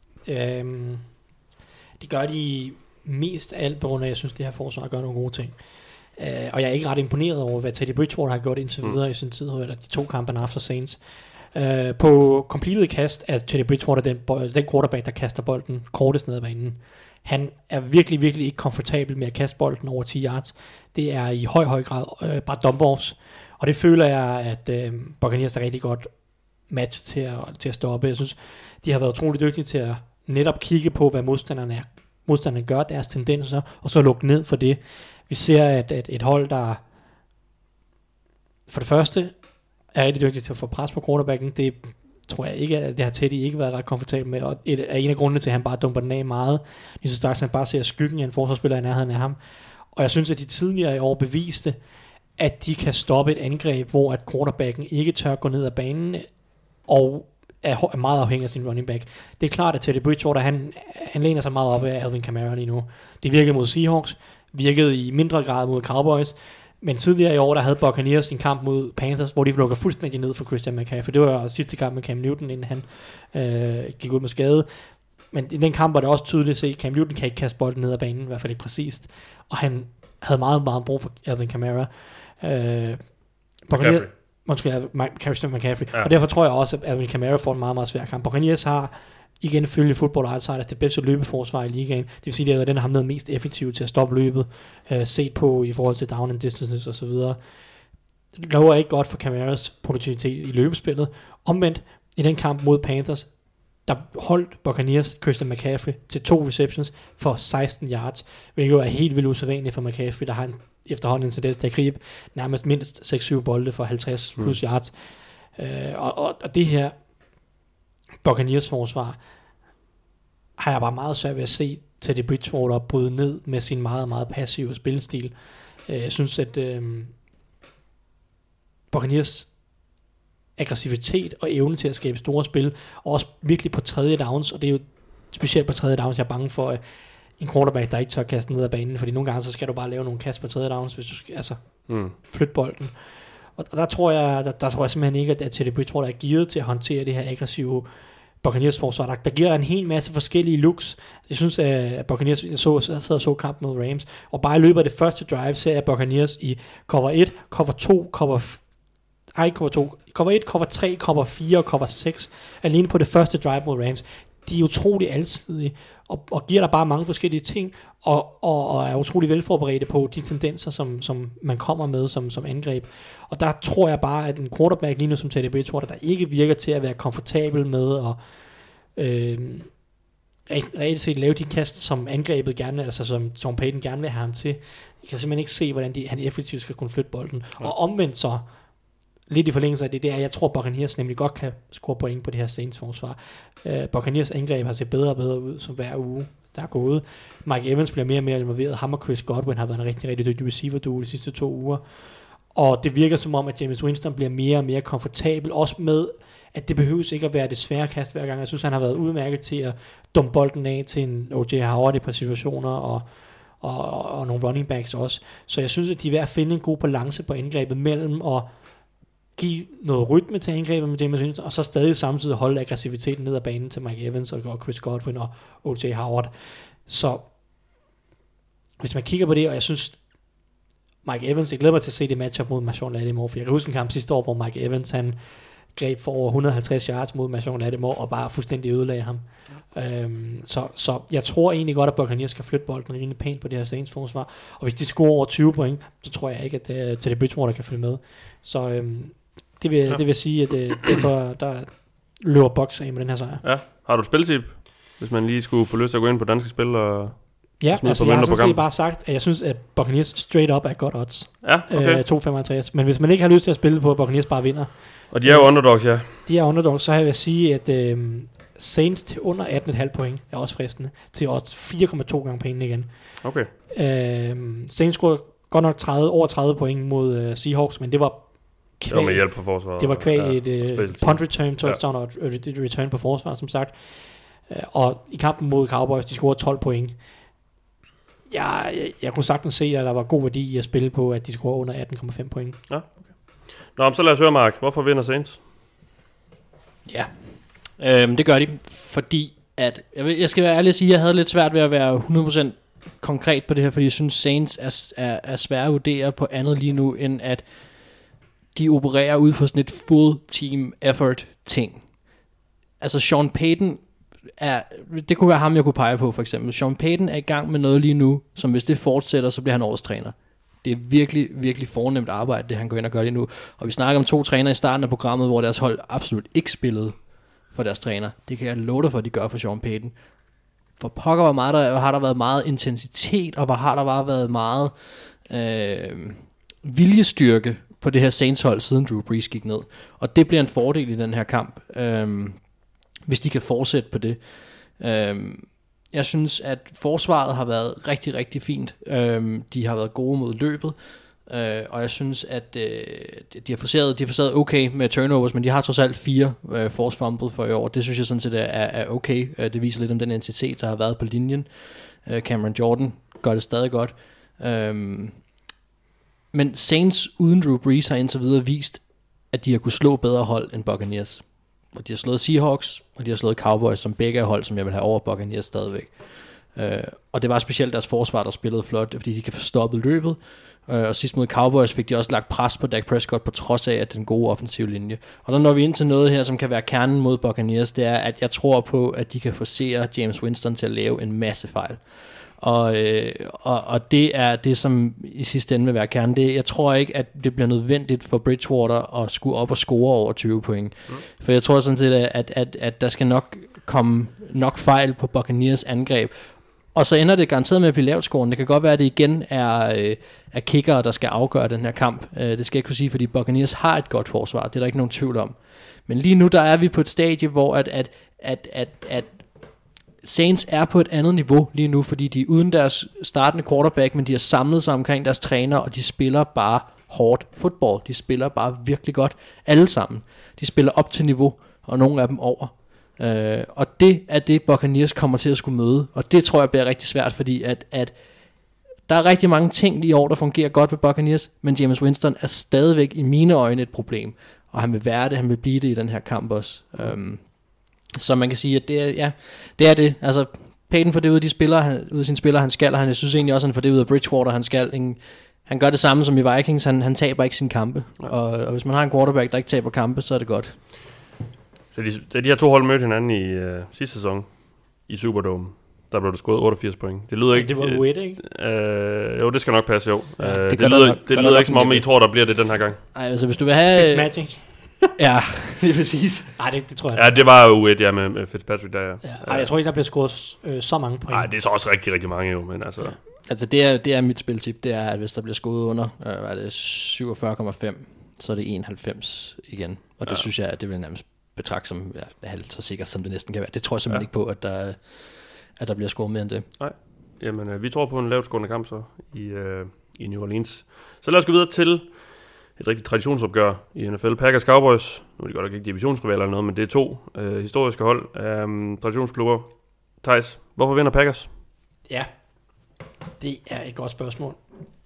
de gør de mest af alt på grund af, at jeg synes, det her forsvar gør nogle gode ting. Og jeg er ikke ret imponeret over, hvad Teddy Bridgewater har gjort indtil videre i sin tid, eller de 2 kampe efter Saints. På completed kast er Teddy Bridgewater den quarterback, der kaster bolden kortest ned ad banen. Han er virkelig, virkelig ikke komfortabel med at kaste bolden over 10 yards. Det er i høj grad bare dump-offs. Og det føler jeg, at Buccaneers er rigtig godt match til at stoppe. Jeg synes, de har været utrolig dygtige til at netop kigge på, hvad modstanderne gør, deres tendenser, og så lukke ned for det. Vi ser, at et hold, der for det første er rigtig dygtigt til at få pres på quarterbacken, det tror jeg ikke, at det har Teddy ikke været ret komfortabel med, og er en af grundene til, at han bare dumper den af meget, lige så straks han bare ser skyggen af en forsvarsspiller i nærheden af ham. Og jeg synes, at de tidligere i år beviste, at de kan stoppe et angreb, hvor at quarterbacken ikke tør gå ned ad banen, og er meget afhængig af sin running back. Det er klart, at Teddy Bridgewater, han læner sig meget op af Alvin Kamara lige nu. Det virkede mod Seahawks, virkede i mindre grad mod Cowboys, men tidligere i år, der havde Buccaneers en kamp mod Panthers, hvor de lukker fuldstændig ned for Christian McCaffrey. Det var sidste kamp med Cam Newton, inden han gik ud med skade. Men i den kamp var det også tydeligt at se, at Cam Newton kan ikke kaste bolden ned ad banen, i hvert fald ikke præcist. Og han havde meget, meget brug for Alvin Kamara. Christian McCaffrey. Ja. Og derfor tror jeg også, at Alvin Kamara får en meget, meget svær kamp. Buccaneers har igen følge Football Outsiders det bedste løbeforsvar i ligaen. Det vil sige, at det er den, der har været mest effektiv til at stoppe løbet, set på i forhold til down and distances osv. Det lover ikke godt for Camaras produktivitet i løbespillet. Omvendt, i den kamp mod Panthers, der holdt Buccaneers Christian McCaffrey til 2 receptions for 16 yards, hvilket jo er helt vildt usædvanligt for McCaffrey, der har efterhånden en tendens til at gribe nærmest mindst 6-7 bolde for 50 plus yards. Og det her Buccaneers forsvar har jeg bare meget svært ved at se Teddy Bridgewater bryde ned med sin meget, meget passive spillestil. Jeg synes, at Buccaneers aggressivitet og evne til at skabe store spil, og også virkelig på tredje downs, og det er jo specielt på tredje downs, jeg er bange for en quarterback, der ikke tør kaste ned ad banen, fordi nogle gange så skal du bare lave nogle kast på tredje downs, hvis du skal flytte bolden. Og der tror jeg simpelthen ikke, at Teddy Bridgewater er gearet til at håndtere det her aggressive Buccaneers forsvar, der giver en hel masse forskellige looks. Jeg synes, at Buccaneers, jeg så kamp mod Rams, og bare i løbet af det første drive, ser jeg Buccaneers i cover 1, cover 2, cover 1, cover 3, cover 4 og cover 6, alene på det første drive mod Rams. De er utrolig alsidige, og giver dig bare mange forskellige ting, og er utrolig velforberedte på de tendenser, som man kommer med som angreb. Og der tror jeg bare, at en quarterback lige nu som Teddy Bridgewater, der ikke virker til at være komfortabel med at reelt set lave de kast, som angrebet gerne, altså som Sean Payton gerne vil have ham til. Jeg kan simpelthen ikke se, hvordan han effektivt skal kunne flytte bolden. Ja. Og omvendt så, lidt i forlængelse af det, jeg tror, Buccaneers nemlig godt kan score point på det her Saints forsvar. Buccaneers angreb har set bedre og bedre ud, som hver uge, der er gået. Mike Evans bliver mere og mere involveret. Ham og Chris Godwin har været en rigtig, rigtig dygtig receiver-duo de sidste 2 uger. Og det virker som om, at James Winston bliver mere og mere komfortabel, også med, at det behøves ikke at være det svære kast hver gang. Jeg synes, han har været udmærket til at dumpe bolden af til en O.J. Howard i par situationer, og nogle running backs også. Så jeg synes, at de er ved at finde en god balance på angrebet mellem at give noget rytme til angrebet med James Winston, og så stadig samtidig holde aggressiviteten ned ad banen til Mike Evans og Chris Godwin og O.J. Howard. Så hvis man kigger på det, og jeg synes, Mike Evans, jeg glæder mig til at se det matchup mod Marshawn Lattimore, for jeg kan huske en kamp sidste år, hvor Mike Evans, han greb for over 150 yards mod Marshawn Lattimore, og bare fuldstændig ødelagde ham. Ja. Så jeg tror egentlig godt, at Buccaneers skal flytte bolden rimelig pænt på det her Saints forsvar, og hvis de scorer over 20 point, så tror jeg ikke, at Teddy Bridgewater kan følge med. Så det vil sige, at derfor der løber Bucs af med den her sejr. Ja. Har du et spiltip, hvis man lige skulle få lyst til at gå ind på danske spil og ja, altså jeg har sådan set bare sagt, at jeg synes, at Buccaneers straight up er godt odds. Ja, okay. 2,65. Men hvis man ikke har lyst til at spille på, at Buccaneers bare vinder. Og de er jo underdogs, ja. De er underdogs, så jeg vil sige, at Saints til under 18,5 point er også fristende. Til odds 4,2 gange pengene igen. Okay. Saints scorede godt nok over 30 point mod Seahawks, men det var det var med hjælp på forsvaret. Det var kvæg et punt return touchdown og et return på forsvaret, som sagt. Og i kampen mod Cowboys, de scorede 12 point. Jeg kunne sagtens se, at der var god værdi i at spille på, at de scorede under 18,5 point. Ja, okay. Nå, så lad os høre, Mark. Hvorfor vinder Saints? Ja, det gør de, fordi at jeg skal være ærlig at sige, at jeg havde lidt svært ved at være 100% konkret på det her, fordi jeg synes, Saints er svære at vurdere på andet lige nu, end at de opererer ud på sådan et full team effort ting. Altså Sean Payton det kunne være ham, jeg kunne pege på for eksempel. Sean Payton er i gang med noget lige nu, som hvis det fortsætter, så bliver han årets træner. Det er virkelig, virkelig fornemt arbejde, det han går ind og gør lige nu. Og vi snakker om 2 trænere i starten af programmet, hvor deres hold absolut ikke spillede for deres træner. Det kan jeg love dig for, at de gør for Sean Payton. For pokker, hvor har der været meget intensitet, og hvor har der bare været meget viljestyrke på det her Saints hold, siden Drew Brees gik ned. Og det bliver en fordel i den her kamp, hvis de kan fortsætte på det. Jeg synes, at forsvaret har været rigtig, rigtig fint. De har været gode mod løbet. Og jeg synes, at de har forseret okay med turnovers, men de har trods alt 4 forced fumble for i år. Det synes jeg sådan set er okay. Det viser lidt om den intensitet, der har været på linjen. Cameron Jordan gør det stadig godt. Men Saints uden Drew Brees har indtil videre vist, at de har kunne slå bedre hold end Buccaneers. Og de har slået Seahawks, og de har slået Cowboys, som begge er hold, som jeg vil have over Buccaneers stadigvæk. Og det var specielt deres forsvar, der spillede flot, fordi de kan få stoppet løbet. Og sidst mod Cowboys fik de også lagt pres på Dak Prescott, på trods af, at den gode offensive linje. Og der når vi ind til noget her, som kan være kernen mod Buccaneers, det er, at jeg tror på, at de kan forcere James Winston til at lave en masse fejl. Og det er det, som i sidste ende vil være kernen. Jeg tror ikke, at det bliver nødvendigt for Bridgewater at skulle op og score over 20 point. For jeg tror sådan set, at der skal nok komme nok fejl på Buccaneers angreb. Og så ender det garanteret med at blive lavt scorende. Det kan godt være, at det igen er kickere, der skal afgøre den her kamp. Det skal jeg kunne sige, fordi Buccaneers har et godt forsvar. Det er der ikke nogen tvivl om. Men lige nu, der er vi på et stadie, hvor at Saints er på et andet niveau lige nu, fordi de er uden deres startende quarterback, men de har samlet sig omkring deres træner, og de spiller bare hårdt fodbold. De spiller bare virkelig godt, alle sammen. De spiller op til niveau, og nogle af dem over. Og det er det, Buccaneers kommer til at skulle møde, og det tror jeg bliver rigtig svært, fordi at der er rigtig mange ting lige i år, der fungerer godt ved Buccaneers, men James Winston er stadigvæk i mine øjne et problem, og han vil være det, han vil blive det i den her kamp også. Så man kan sige, at det er det. Altså, Payton får det ud af sine spillere, han skal, og jeg synes egentlig også, han får det ud af Bridgewater, han skal. Han gør det samme som i Vikings, han taber ikke sine kampe. Og hvis man har en quarterback, der ikke taber kampe, så er det godt. Så de her 2 hold mødte hinanden i sidste sæson i Superdome. der blev der scoret 88 point. Det lyder ikke... Det var uet, ikke? Jo, det skal nok passe, jo. Ja, det lyder ikke som om, I tror, der bliver det den her gang. Nej, altså hvis du vil have... Fitzmagic. Ja, det er præcis. Nej, det tror jeg. Ja, det var uet, ja, med Fitzpatrick der, ja. Ej, jeg tror ikke, der bliver scoret så mange point. Nej, det er så også rigtig, rigtig mange jo, men altså... Ja. Altså det er mit spiltip, det er, at hvis der bliver scoret under, hvad er det, 47,5, så er det 91 igen. Og det synes jeg, at det vil nærmest betragte som halvt så sikkert, som det næsten kan være. Det tror jeg simpelthen ikke på, at der bliver scoret mere end det. Nej, jamen vi tror på en lavt scorende kamp så i New Orleans. Så lad os gå videre til et rigtigt traditionsopgør i NFL. Packers Cowboys, nu er de godt nok ikke divisionsrivaler eller noget, men det er 2 historiske hold, traditionsklubber. Thijs, hvorfor vinder Packers? Ja, det er et godt spørgsmål.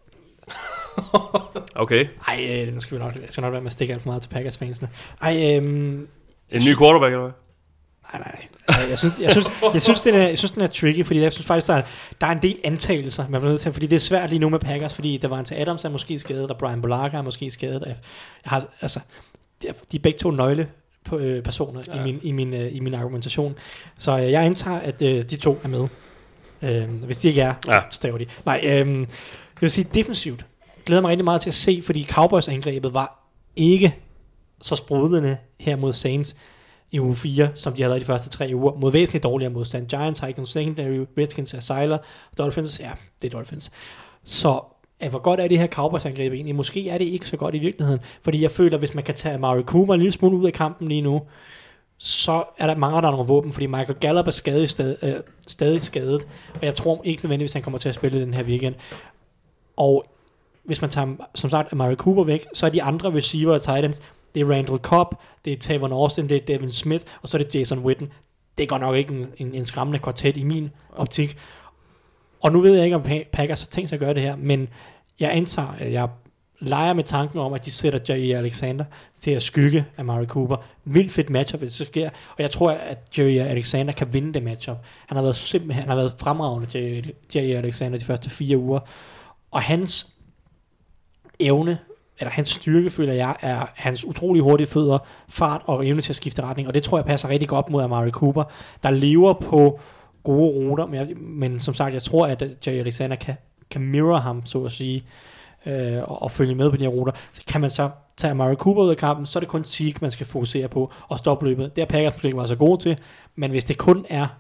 Okay. Ej, nu skal vi nok være med at stikke alt for meget til Packers-fansene. En ny quarterback, eller hvad? Nej. Jeg synes, den er tricky, fordi jeg synes faktisk, der er en del antagelser, man bliver nødt til, fordi det er svært lige nu med Packers, fordi Davante Adams er måske skadet, og Brian Bulaga er måske skadet. De er begge 2 nøglepersoner i min argumentation. Så jeg antager, at de 2 er med. Hvis de ikke er, så staver de. Nej, jeg vil sige defensivt. Glæder mig rigtig meget til at se, fordi Cowboys-angrebet var ikke så sprudlende her mod Saints i uge 4, som de havde været de første 3 uger, mod væsentligt dårligere modstand. Giants har ikke nogen secondary, Redskins er sejler, Dolphins, ja, det er Dolphins. Så hvor godt er det her Cowboys-angreb egentlig? Måske er det ikke så godt i virkeligheden, fordi jeg føler, hvis man kan tage Amari Cooper en lille smule ud af kampen lige nu, så er der mange, der er nogle våben, fordi Michael Gallup er stadig skadet, og jeg tror ikke nødvendigvis, han kommer til at spille den her weekend. Og hvis man tager, som sagt, Amari Cooper væk, så er de andre receiver og tight ends, det er Randall Cobb, det er Tavon Austin, det er Devin Smith, og så er det Jason Witten. Det går nok ikke en skræmmende kvartet i min optik. Og nu ved jeg ikke, om Packers har tænkt sig at gøre det her, men jeg antager, at jeg leger med tanken om, at de sætter Jair Alexander til at skygge Amari Cooper. Vildt fedt matchup, hvis det sker. Og jeg tror, at Jair Alexander kan vinde det matchup. Han har været fremragende, Jair Alexander, de første 4 uger. Og hans evne, eller hans styrke, føler jeg, er hans utrolig hurtige fødder, fart og evne til at skifte retning. Og det tror jeg passer rigtig godt mod Amari Cooper, der lever på gode ruter. Men som sagt, jeg tror, at Jair Alexander kan mirror ham, så at sige, og følge med på de her ruter. Så kan man så tage Amari Cooper ud af kampen, så er det kun Zeke, man skal fokusere på og stoppe løbet. Det er Packers måske ikke var så gode til, men hvis det kun er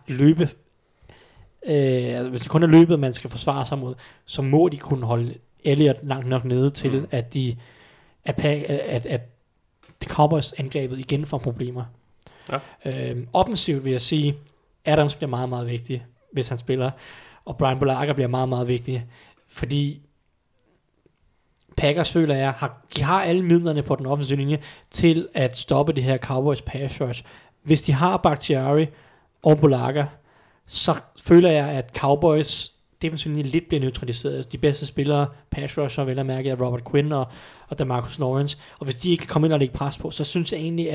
hvis det kun er løbet, man skal forsvare sig mod, så må de kunne holde Elliott langt nok nede til, at Cowboys angrebet igen får problemer. Ja. Offensivt vil jeg sige, Adams bliver meget, meget vigtig, hvis han spiller, og Brian Bulaga bliver meget, meget vigtig, fordi Packers, føler jeg, de har alle midlerne på den offensive linje til at stoppe det her Cowboys pass rush. Hvis de har Bakhtiari og Bulaga, så føler jeg, at Cowboys defensive linje lidt bliver neutraliseret. De bedste spillere, pass rusher, vel at mærke, er Robert Quinn og DeMarcus Lawrence. Og hvis de ikke kan komme ind og lægge pres på, så synes jeg egentlig,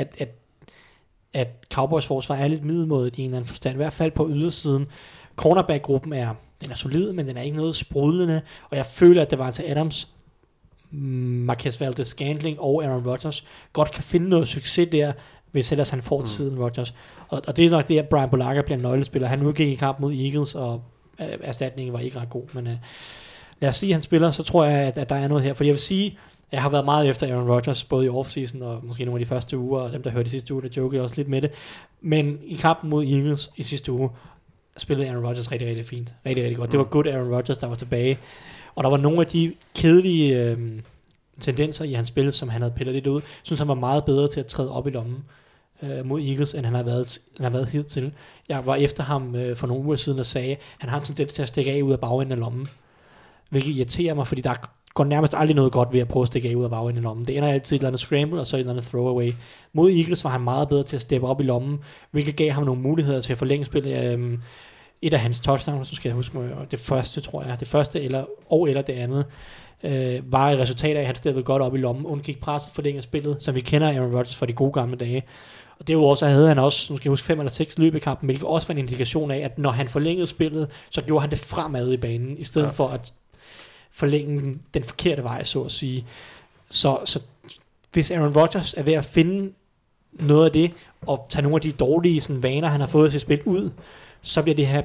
at Cowboys forsvar er lidt middelmådigt i en eller anden forstand. I hvert fald på ydersiden. Cornerback-gruppen den er solid, men den er ikke noget sprudlende. Og jeg føler, at Davante Adams, Marquez Valdes-Scantling og Aaron Rodgers godt kan finde noget succes der, hvis ellers han får tiden Rodgers. Og det er nok det, at Brian Bulaga bliver en nøglespiller. Han udgik i kamp mod Eagles, og erstatningen var ikke ret god. Men lad os sige, at han spiller, så tror jeg, at der er noget her. For jeg vil sige, jeg har været meget efter Aaron Rodgers, både i offseason og måske nogle af de første uger, og dem, der hørte i sidste uge, der jokede også lidt med det. Men i kampen mod Eagles i sidste uge, spillede Aaron Rodgers rigtig, rigtig fint. Rigtig, rigtig godt. Det var good Aaron Rodgers, der var tilbage. Og der var nogle af de kedelige tendenser i hans spil, som han havde pillet lidt ud. Jeg synes, han var meget bedre til at træde op i lommen mod Eagles, end han har været hidtil. Jeg var efter ham for nogle uger siden og sagde, at han har en tendens til at stikke af ud af bagenden af lommen. Hvilket irriterer mig, fordi der går nærmest aldrig noget godt ved at prøve at stikke af ud af bagenden af lommen. Det ender altid et eller andet scramble, og så et eller andet throwaway. Mod Eagles var han meget bedre til at steppe op i lommen, hvilket gav ham nogle muligheder til at forlænge spillet. Et af hans touchdowns, så skal jeg huske mig, det første, tror jeg, det første eller det andet, var et resultat af, at han steppede godt op i lommen, undgik presset, forlængede spillet, som vi kender Aaron Rodgers fra de gode gamle dage. Og derudover så havde han også, nu skal jeg huske, 5 eller 6 løb i kampen, hvilket også var en indikation af, at når han forlængede spillet, så gjorde han det fremad i banen, i stedet for at forlænge den forkerte vej, så at sige. Så hvis Aaron Rodgers er ved at finde noget af det, og tage nogle af de dårlige sådan, vaner, han har fået til spil ud, så bliver det her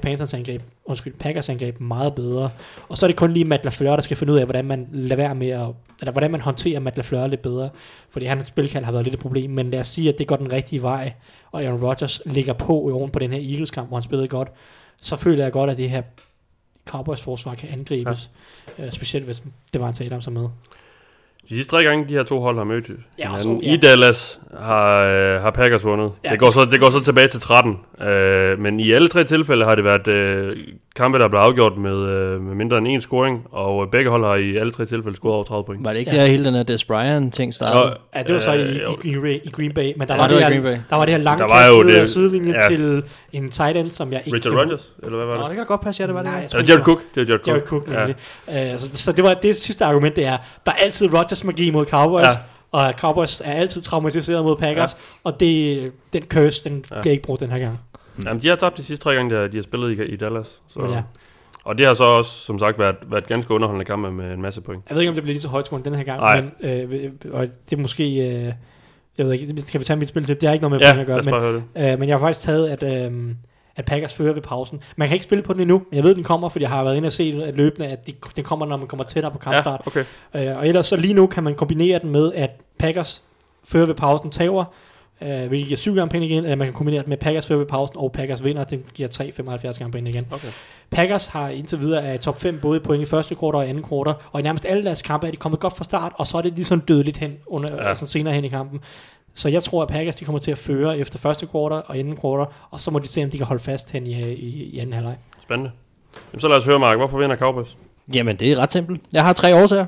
Packers angreb meget bedre. Og så er det kun lige Matt LaFleur, der skal finde ud af, hvordan man lader være med eller hvordan man håndterer Matt LaFleur lidt bedre. Fordi hans spilkald har været lidt et problem, men lad os sige, at det går den rigtige vej, og Aaron Rodgers ligger på oven på den her Eagles-kamp, hvor han spillede godt, så føler jeg godt, at det her Cowboys forsvar kan angribes. Specielt hvis det var en Tatum som med. De sidste 3 gange, de her 2 hold har mødt så, i Dallas, har Packers vundet. Ja, det går så tilbage til 13. Men i alle 3 tilfælde har det været kampe, der blev afgjort med mindre end 1 scoring, og begge hold har i alle 3 tilfælde scoret over 30 point. Var det ikke der hele den her Des Bryant-ting startede? Ja, det var så i Green Bay, men der var det her lange kast ud af sidelinjen til en tight end, som jeg ikke... Richard Rodgers, eller hvad var det? Nå, det kan da godt passe, det var det. Nej, Jared Cook. Det var Jared Cook, nemlig. Så det var det sidste argument, det er, der er altid Rodgers-magi mod Cowboys, og Cowboys er altid traumatiseret mod Packers, og den curse, den bliver ikke brugt den her gang. Jamen, de har tabt de sidste 3 gange, de har spillet i Dallas. Så. Ja. Og det har så også, som sagt, været ganske underholdende kampe med en masse point. Jeg ved ikke, om det bliver lige så højtskårende den her gang, men og det er måske... jeg ved ikke, kan vi tage mit spiltip? Det har ikke noget med point at gøre, men jeg har faktisk taget, at Packers fører ved pausen. Man kan ikke spille på den endnu, men jeg ved, den kommer, fordi jeg har været inde og set at løbende, at den kommer, når man kommer tættere på kampstart. Ja, okay. Og ellers så lige nu kan man kombinere den med, at Packers fører ved pausen tager, hvilket giver 7 gange penge igen, eller man kan kombinere det med Packers fører ved pausen, og Packers vinder, det giver 3,75 gange penge igen. Okay. Packers har indtil videre af top 5 både point i første kvartal og anden kvartal, og i nærmest alle deres kampe er de kommet godt fra start, og så er det ligesom dødeligt hen altså senere hen i kampen. Så jeg tror, at Packers de kommer til at føre efter første kvartal og anden kvartal, og så må de se, om de kan holde fast hen i anden halvleg. Spændende. Jamen, så lad os høre, Mark. Hvorfor vinder Cowboys? Jamen, det er ret simpelt. Jeg har 3 årsager.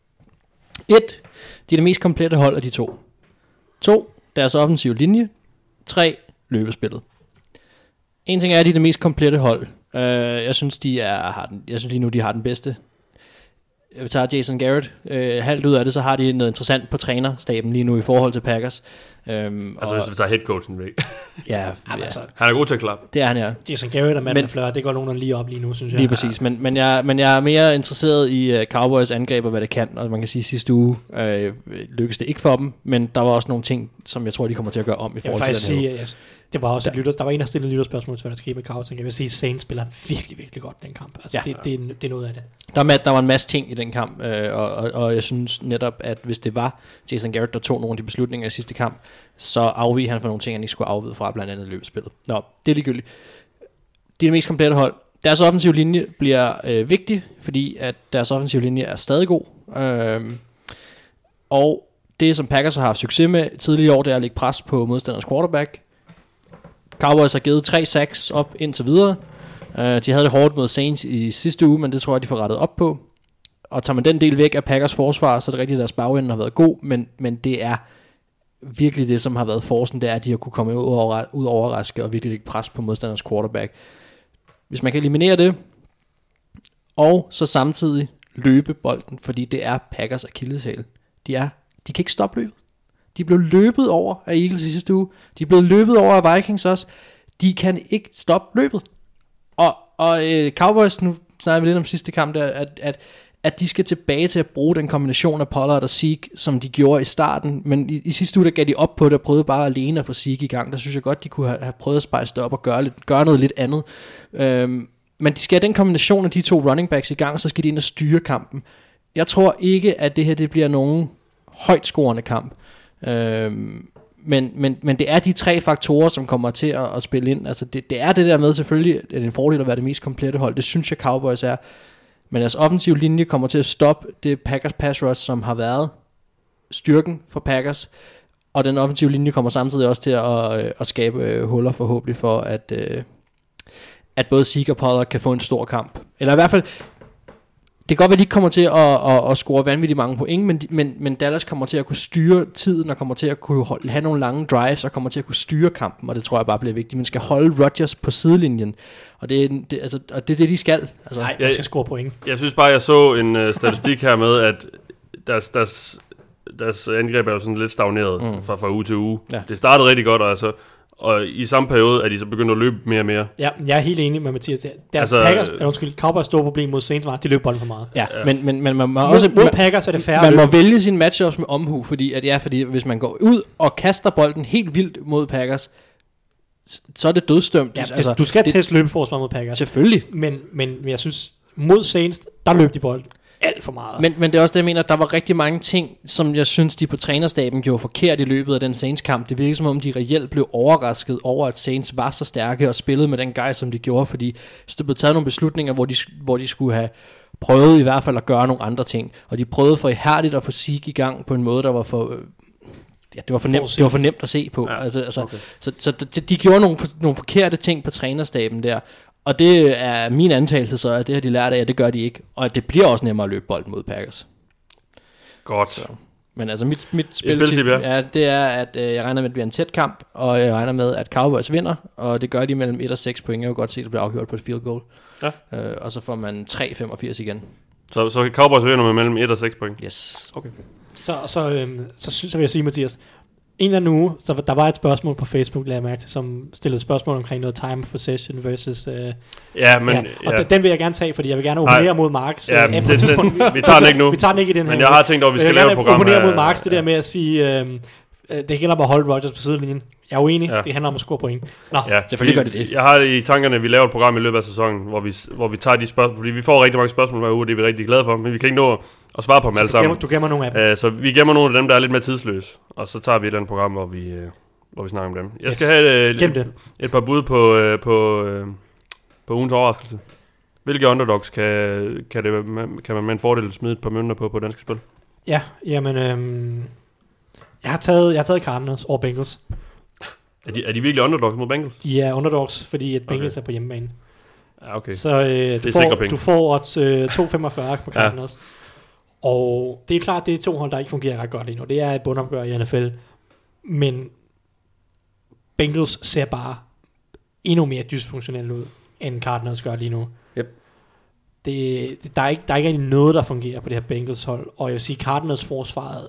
1. De er det mest komplette hold af de 2. 2. Deres offensive linje. 3. Løbespillet. En ting er, at de er det mest komplette hold. Jeg synes, lige nu, de har den bedste. Jeg tager Jason Garrett halvt ud af det, så har de noget interessant på trænerstaben lige nu i forhold til Packers. Altså hvis vi tager headcoachen væk. Altså, han er god til at klappe. Det er han, ja. Jason Garrett og Matt LaFleur, det går nogenlunde lige op lige nu, synes jeg. Lige præcis, men jeg er mere interesseret i Cowboys angreb og hvad det kan, og man kan sige, at sidste uge lykkedes det ikke for dem, men der var også nogle ting, som jeg tror, de kommer til at gøre om i forhold til den her. Det var også der var en, der stillede lytterspørgsmål til, hvad der skete med Cowboys. Jeg vil sige, at Saints spiller virkelig, virkelig godt den kamp. Altså, det er noget af det. Der var en masse ting i den kamp, og jeg synes netop, at hvis det var Jason Garrett, der tog nogle af de beslutninger i sidste kamp, så afvig han for nogle ting, han ikke skulle afvide fra, blandt andet løbespillet. Nå, det er ligegyldigt. Det er det mest komplette hold. Deres offensive linje bliver vigtig, fordi at deres offensive linje er stadig god. Og det, som Packers har haft succes med tidligere år, det er at lægge pres på modstanders quarterback. Cowboys har givet 3 sacks op indtil videre. De havde det hårdt mod Saints i sidste uge, men det tror jeg, de får rettet op på. Og tager man den del væk af Packers forsvar, så er det rigtigt, at deres bagende har været god, men det er virkelig det, som har været forsen, det er, at de har kunne komme ud overraske og virkelig lægge pres på modstanders quarterback. Hvis man kan eliminere det, og så samtidig løbe bolden, fordi det er Packers akilleshæl. De kan ikke stoppe løbet. De blev løbet over af Eagles i sidste uge. De blev løbet over af Vikings også. De kan ikke stoppe løbet. Og Cowboys, nu snakker vi lidt om sidste kamp, der, at de skal tilbage til at bruge den kombination af Pollard og Zeke, som de gjorde i starten. Men i sidste uge, der gav de op på det og prøvede bare alene at få Zeke i gang. Der synes jeg godt, de kunne have prøvet at spice det op og gøre noget lidt andet. Men de skal have den kombination af de 2 running backs i gang, og så skal de ind og styre kampen. Jeg tror ikke, at det her det bliver nogen højt scorende kamp. Men det er de 3 faktorer, som kommer til at spille ind. Altså det er det der med, selvfølgelig er det en fordel at være det mest komplette hold. Det synes jeg Cowboys er. Men deres offensive linje kommer til at stoppe det Packers pass rush, som har været styrken for Packers. Og den offensive linje kommer samtidig også til at skabe huller forhåbentlig for, at både Zeke og Pollard kan få en stor kamp. Eller i hvert fald, det kan godt være, at de ikke kommer til at score vanvittigt mange point, men Dallas kommer til at kunne styre tiden, og kommer til at kunne have nogle lange drives, og kommer til at kunne styre kampen, og det tror jeg bare bliver vigtigt. Man skal holde Rodgers på sidelinjen, og det er det, de skal. Altså, nej, man skal score point. Jeg synes bare, jeg så en statistik her med, at deres angreb er jo sådan lidt stagneret fra uge til uge. Ja. Det startede rigtig godt, og i samme periode er de så begyndt at løbe mere og mere. Ja, jeg er helt enig med Mathias. Cowboys store problem mod Saints var, de løb bolden for meget. Ja. Men man må også... Mod Packers er det færre. Man må vælge sine matchups med omhu, fordi hvis man går ud og kaster bolden helt vildt mod Packers, så er det dødsdømt. Ja, altså, du skal teste løbeforsvar mod Packers. Selvfølgelig. Men jeg synes, mod Saints, der løb de bold alt for meget. Men det er også det, jeg mener, der var rigtig mange ting, som jeg synes, de på trænerstaben gjorde forkert i løbet af den Saints-kamp. Det virkede som om, de reelt blev overrasket over, at Saints var så stærke og spillede med den gejst, som de gjorde, fordi der blev taget nogle beslutninger, hvor de skulle have prøvet i hvert fald at gøre nogle andre ting. Og de prøvede for ihærdigt at få Zeke i gang på en måde, der var for... Ja, det var for nemt at se på. Ja, okay. Så de gjorde nogle forkerte ting på trænerstaben der. Og det er min antagelse så, at det har de lært af, at det gør de ikke. Og det bliver også nemmere at løbe bolden mod Packers. Godt. Så. Men altså mit spiltip, ja, det er, at jeg regner med, at det bliver en tæt kamp, og jeg regner med, at Cowboys vinder, og det gør de mellem 1 og 6 point. Jeg vil godt se, at det bliver afgjort på et field goal. Ja. Og så får man 3-85 igen. Så Cowboys vinder med mellem 1 og 6 point? Yes. Okay. Så vil jeg sige, Mathias, en eller anden uge, så der var et spørgsmål på Facebook, lagde jeg mærke til, som stillede spørgsmål omkring noget time possession versus... den vil jeg gerne tage, fordi jeg vil gerne opponere mod Marks. Ja, vi tager den ikke nu. Vi tager den ikke i den her. Men jeg har tænkt over, at vi skal lave et program. Jeg vil gerne opponere mod Marks, det der med at sige, det handler om at holde Rodgers på sidelinjen. Jeg er uenig, det handler om at score point. Nå, ja, selvfølgelig gør det. Jeg har i tankerne, at vi laver et program i løbet af sæsonen, hvor vi tager de spørgsmål, fordi vi får rigtig mange spørgsmål hver uge, det er vi rigtig glade for, men vi kan ikke nå at svare på dem alle sammen. Du gemmer nogle af dem. Så vi gemmer nogle af dem, der er lidt mere tidsløse, og så tager vi et eller andet program, hvor vi snakker om dem. Jeg skal have et par bud på ugens overraskelse. Hvilke underdogs kan man med en fordel smide et par mønter på danske spil? Ja, jamen... Jeg har taget Cardinals over Bengals. Er de virkelig underdogs mod Bengals? De er underdogs, fordi at Bengals er på hjemmebane. Ja, okay. Så du får odds 2,45 på Cardinals. Ja. Og det er klart, det er to hold, der ikke fungerer ret godt lige nu. Det er et bundopgør i NFL. Men Bengals ser bare endnu mere dysfunktionelt ud, end Cardinals gør lige nu. Yep. Der er ikke rigtig noget, der fungerer på det her Bengals hold. Og jeg vil sige, Cardinals forsvaret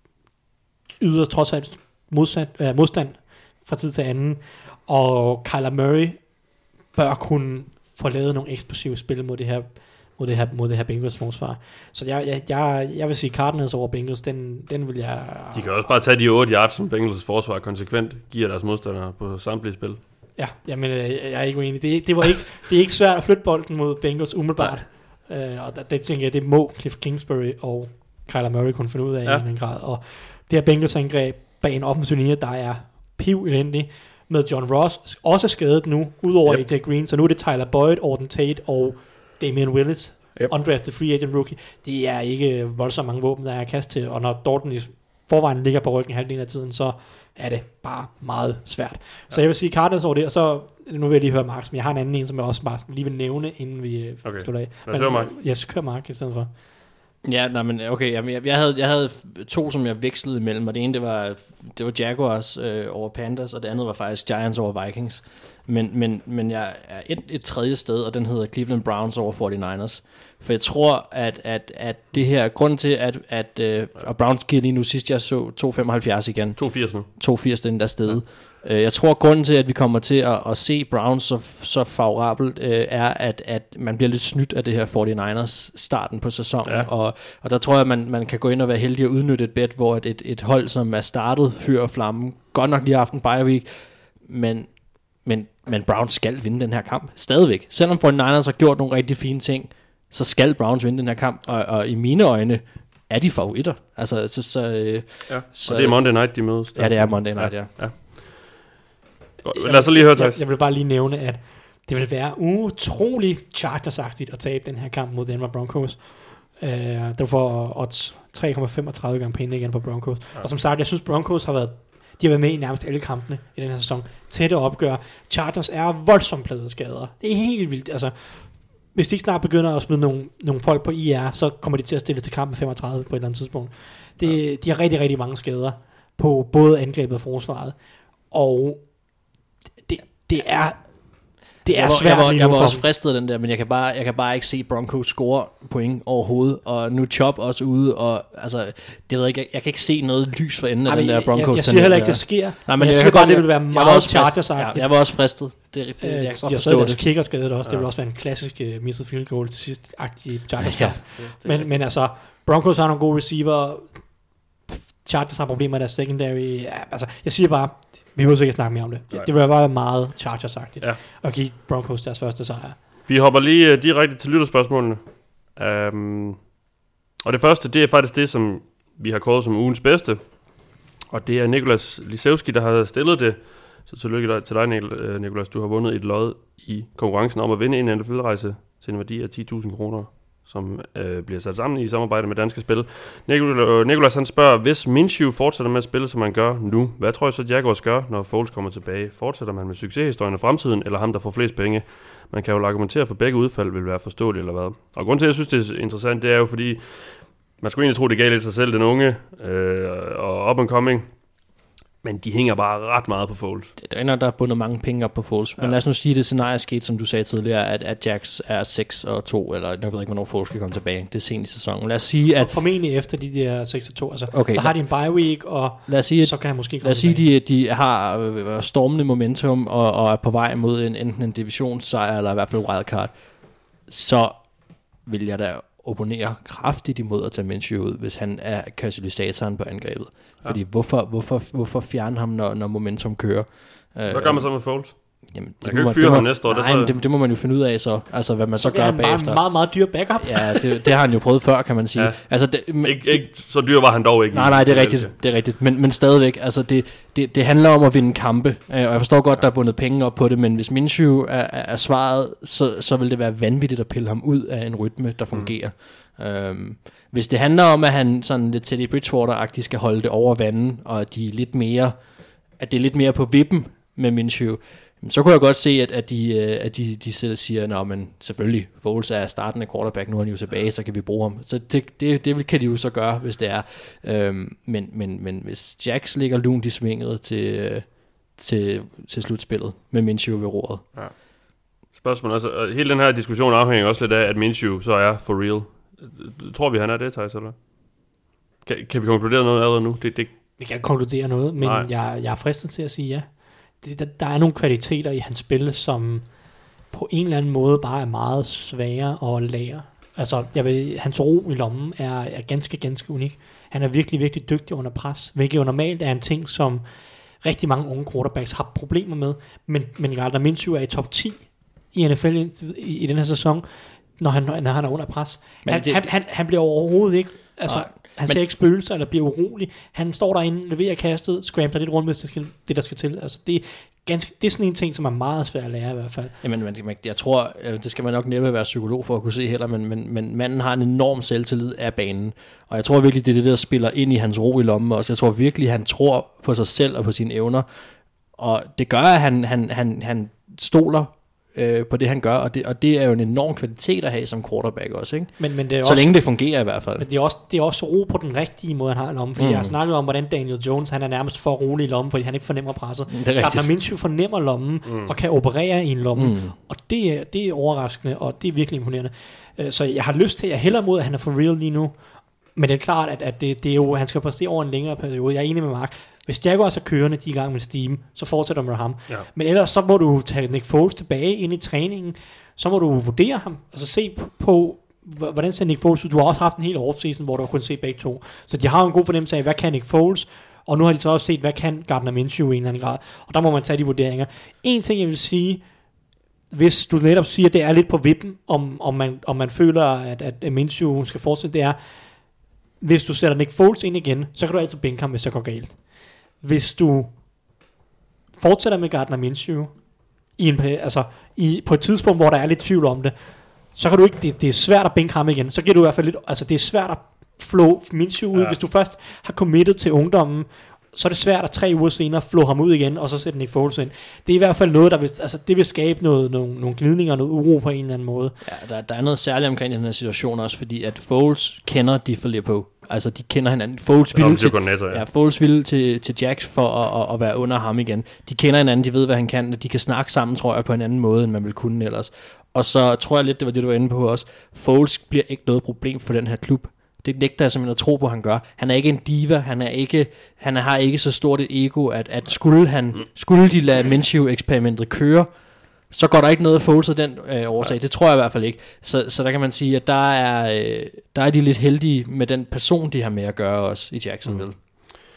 yder trods alt modstand fra tid til anden, og Kyler Murray bør kunne få lavet nogle eksplosive spil mod det her Bengals forsvar. Så jeg vil sige Cardinals over Bengals, den vil jeg... De kan også bare tage de 8 yards, som Bengals forsvar konsekvent giver deres modstandere på samtlige spil. Ja, jamen, jeg er ikke uenig. Det er ikke svært at flytte bolden mod Bengals umiddelbart. Og det tænker jeg, det må Cliff Kingsbury og Kyler Murray kunne finde ud af i en eller anden grad. Og det her Bengals angreb bag en offensiv linje, der er piv elendig, med John Ross også skadet nu, udover AJ Green, så nu er det Tyler Boyd, Auden Tate og Damian Willis, undrafted free agent rookie. Det er ikke voldsomt mange våben, der er kast til, og når Dalton i forvejen ligger på ryggen halvdelen af tiden, så er det bare meget svært. Så jeg vil sige Cardinals over det, og så, nu vil jeg lige høre Mark, men jeg har en anden en, som jeg også bare lige vil nævne, inden vi slutter af. Lad os høre Mark. Jeg skal køre Mark i stedet for. Ja, nej, men okay, jeg havde 2, som jeg vekslede imellem, og det ene, det var Jaguars over Panthers, og det andet var faktisk Giants over Vikings. Men jeg er et tredje sted, og den hedder Cleveland Browns over 49ers. For jeg tror, at det her, grund til, at Browns giver lige nu, sidst jeg så 2,75 igen. 2,80 nu. 2,80 den der sted. Ja. Jeg tror, at grunden til, at vi kommer til at se Browns så favorabelt, er, at man bliver lidt snydt af det her 49ers starten på sæsonen. Ja. Og der tror jeg, at man kan gå ind og være heldig at udnytte et bet, hvor et hold, som er startet fyr og flamme, godt nok lige haft en bye week, men Browns skal vinde den her kamp stadigvæk. Selvom 49ers har gjort nogle rigtig fine ting, så skal Browns vinde den her kamp, og i mine øjne er de favoritter. Altså, så og det er Monday Night, de mødes. Ja, det er Monday Night, ja. Lad os lige høre, Thijs. Jeg vil bare lige nævne, at det vil være utrolig Chargers-agtigt at tabe den her kamp mod Denver Broncos. Der får odds 3,35 gange penge igen på Broncos. Ja. Og som sagt, jeg synes Broncos har været med i nærmest alle kampene i den her sæson. Tætte opgør. Chargers er voldsomt pladeskader. Det er helt vildt. Altså, hvis de ikke snart begynder at smide nogle folk på IR, så kommer de til at stille til kampen 35 på et eller andet tidspunkt. De har rigtig, rigtig mange skader på både angrebet og forsvaret. Og det er svært. Jeg var også fristet af den der, men jeg kan bare ikke se Broncos score point overhovedet, og nu Chop også ude, og altså, det ved jeg kan ikke se noget lys for enden af den der Broncos. Jeg siger heller ikke, det sker. Nej, men jeg siger bare, det vil være meget Chargers-agtigt. Jeg var også fristet. Jeg kan godt forstå det. Kicker skadet også. Det vil også være en klassisk missed field goal til sidst-agtig Chargers. Men altså, Broncos har nogle gode receiver. Chargers har problemer med deres secondary. Ja, altså, jeg siger bare, vi må ikke snakke mere om det. Det vil være meget Chargers-agtigt at give Broncos deres første sejr. Vi hopper lige direkte til lytterspørgsmålene. Og det første, det er faktisk det, som vi har kåret som ugens bedste. Og det er Nikolas Lisewski, der har stillet det. Så tillykke til dig, Nikolas. Du har vundet et lod i konkurrencen om at vinde en NFL-rejse til en værdi af 10.000 kroner, som bliver sat sammen i samarbejde med Danske Spil. Nikolas han spørger, hvis Minshew fortsætter med at spille, som man gør nu, hvad tror jeg så Jaguars gør, når Foles kommer tilbage? Fortsætter man med succeshistorien af fremtiden, eller ham, der får flest penge? Man kan jo argumentere for begge udfald, vil være forståeligt eller hvad. Og grunden til, at jeg synes, det er interessant, det er jo fordi, man skulle egentlig tro, det gav lidt sig selv, den unge og up and coming. Men de hænger bare ret meget på Foles. Det er der er bundet mange penge op på Foles. Men lad os nu sige, det scenarie er sket, som du sagde tidligere, at Jax er 6-2, eller jeg ved ikke, hvornår Foles skal komme tilbage. Det er sent i sæsonen. Lad os sige, at formentlig efter de der 6-2. Altså, okay, der har de en bye week, og lad os sige, så kan han måske komme tilbage. Lad os sige, at de har stormende momentum, og er på vej mod enten en divisionssejr, eller i hvert fald wildcard. Så vil jeg da opponere kraftigt imod at tage Minshew ud, hvis han er katalysatoren på angrebet. Fordi hvorfor fjerne ham, når momentum kører? Hvad gør man så med Foles? Jamen, man kan ikke fyre ham næste år. Nej, det må man jo finde ud af så. Altså, hvad man så gør bagefter. En meget, meget dyr backup. Ja, det har han jo prøvet før, kan man sige. Ja. Altså, ikke så dyr var han dog ikke. Nej, det er rigtigt. Men stadigvæk, altså, det handler om at vinde kampe. Og jeg forstår godt, der er bundet penge op på det, men hvis Minshew er svaret, så vil det være vanvittigt at pille ham ud af en rytme, der fungerer. Hvis det handler om, at han sådan lidt Teddy Bridgewater-agtigt skal holde det over vandet, og at det er lidt mere på vippen med Minshew, så kunne jeg godt se, at de selv siger, nå, men selvfølgelig, Foles er startende quarterback, nu er han jo tilbage, så kan vi bruge ham. Så det kan de jo så gøre, hvis det er. Men hvis Jax ligger lunt i svinget til slutspillet med Minshew ved roret. Ja. Spørgsmål, altså hele den her diskussion afhænger også lidt af, at Minshew så er for real. Tror vi, han er det, Thijs, eller? Kan vi konkludere noget allerede nu? Vi kan konkludere noget, men jeg er fristet til at sige ja. Der er nogle kvaliteter i hans spil, som på en eller anden måde bare er meget svære at lære. Altså, hans ro i lommen er ganske, ganske unik. Han er virkelig, virkelig dygtig under pres, hvilket normalt er en ting, som rigtig mange unge quarterbacks har problemer med. Men Gardner Minshew er i top 10 i NFL i den her sæson, når han er under pres. Han bliver overhovedet ikke... Altså, han ser ikke spøgelser eller bliver urolig. Han står derinde, leverer kastet, scrambler lidt rundt med det, der skal til. Altså, det er sådan en ting, som er meget svært at lære i hvert fald. Jamen, jeg tror, det skal man nok næppe være psykolog for at kunne se heller, men manden har en enorm selvtillid af banen. Og jeg tror virkelig, det er det, der spiller ind i hans ro i lommen også. Jeg tror virkelig, han tror på sig selv og på sine evner. Og det gør, at han stoler på det han gør, og det er jo en enorm kvalitet at have som quarterback også, ikke? Men det er så også, længe det fungerer i hvert fald. Men det er også ro på den rigtige måde, han har i lommen, fordi jeg har snakket om, hvordan Daniel Jones, han er nærmest for rolig i lommen, fordi han ikke fornemmer presset. Gardner Minshew fornemmer lommen, og kan operere i en lomme, og det er overraskende, og det er virkelig imponerende. Så jeg har lyst til, jeg hælder mod, at han er for real lige nu, men det er klart, at det er jo, han skal præstere over en længere periode. Jeg er enig med Mark. Hvis Jaguars er kørende, de er i gang med Steam, så fortsætter man med ham. Ja. Men ellers så må du tage Nick Foles tilbage ind i træningen, så må du vurdere ham, altså se på, hvordan ser Nick Foles ud. Du har også haft en hel offseason, hvor du har kunnet se begge to. Så de har en god fornemmelse af, hvad kan Nick Foles, og nu har de så også set, hvad kan Gardner Minshew i en eller anden grad. Og der må man tage de vurderinger. En ting, jeg vil sige, hvis du netop siger, at det er lidt på vippen, om man føler, at Minshew skal fortsætte, det er, hvis du sætter Nick Foles ind igen, så kan du altid bænke ham, hvis det går galt. Hvis du fortsætter med Gardner Minshew på et tidspunkt, hvor der er lidt tvivl om det, så kan du ikke, det er svært at bænke ham igen. Så giver du i hvert fald lidt, altså det er svært at flå Minshew ud. Ja. Hvis du først har committed til ungdommen, så er det svært at 3 uger senere flå ham ud igen, og så sætte Nick Foles ind. Det er i hvert fald noget, det vil skabe nogle glidninger, noget uro på en eller anden måde. Ja, der er noget særligt omkring den her situation også, fordi at Foles kender DiFilippo. Altså, de kender hinanden. Foles ville til Jax for at være under ham igen. De kender hinanden, de ved, hvad han kan, og de kan snakke sammen, tror jeg, på en anden måde, end man ville kunne ellers. Og så tror jeg lidt, det var det, du var inde på også. Foles bliver ikke noget problem for den her klub. Det nægter jeg simpelthen at tro på, han gør. Han er ikke en diva, han har ikke så stort et ego, at skulle de lade Minshew-eksperimentet køre, så går der ikke noget Foles af den årsag. Det tror jeg i hvert fald ikke. Så der kan man sige, at der er de lidt heldige med den person, de har med at gøre også i Jacksonville.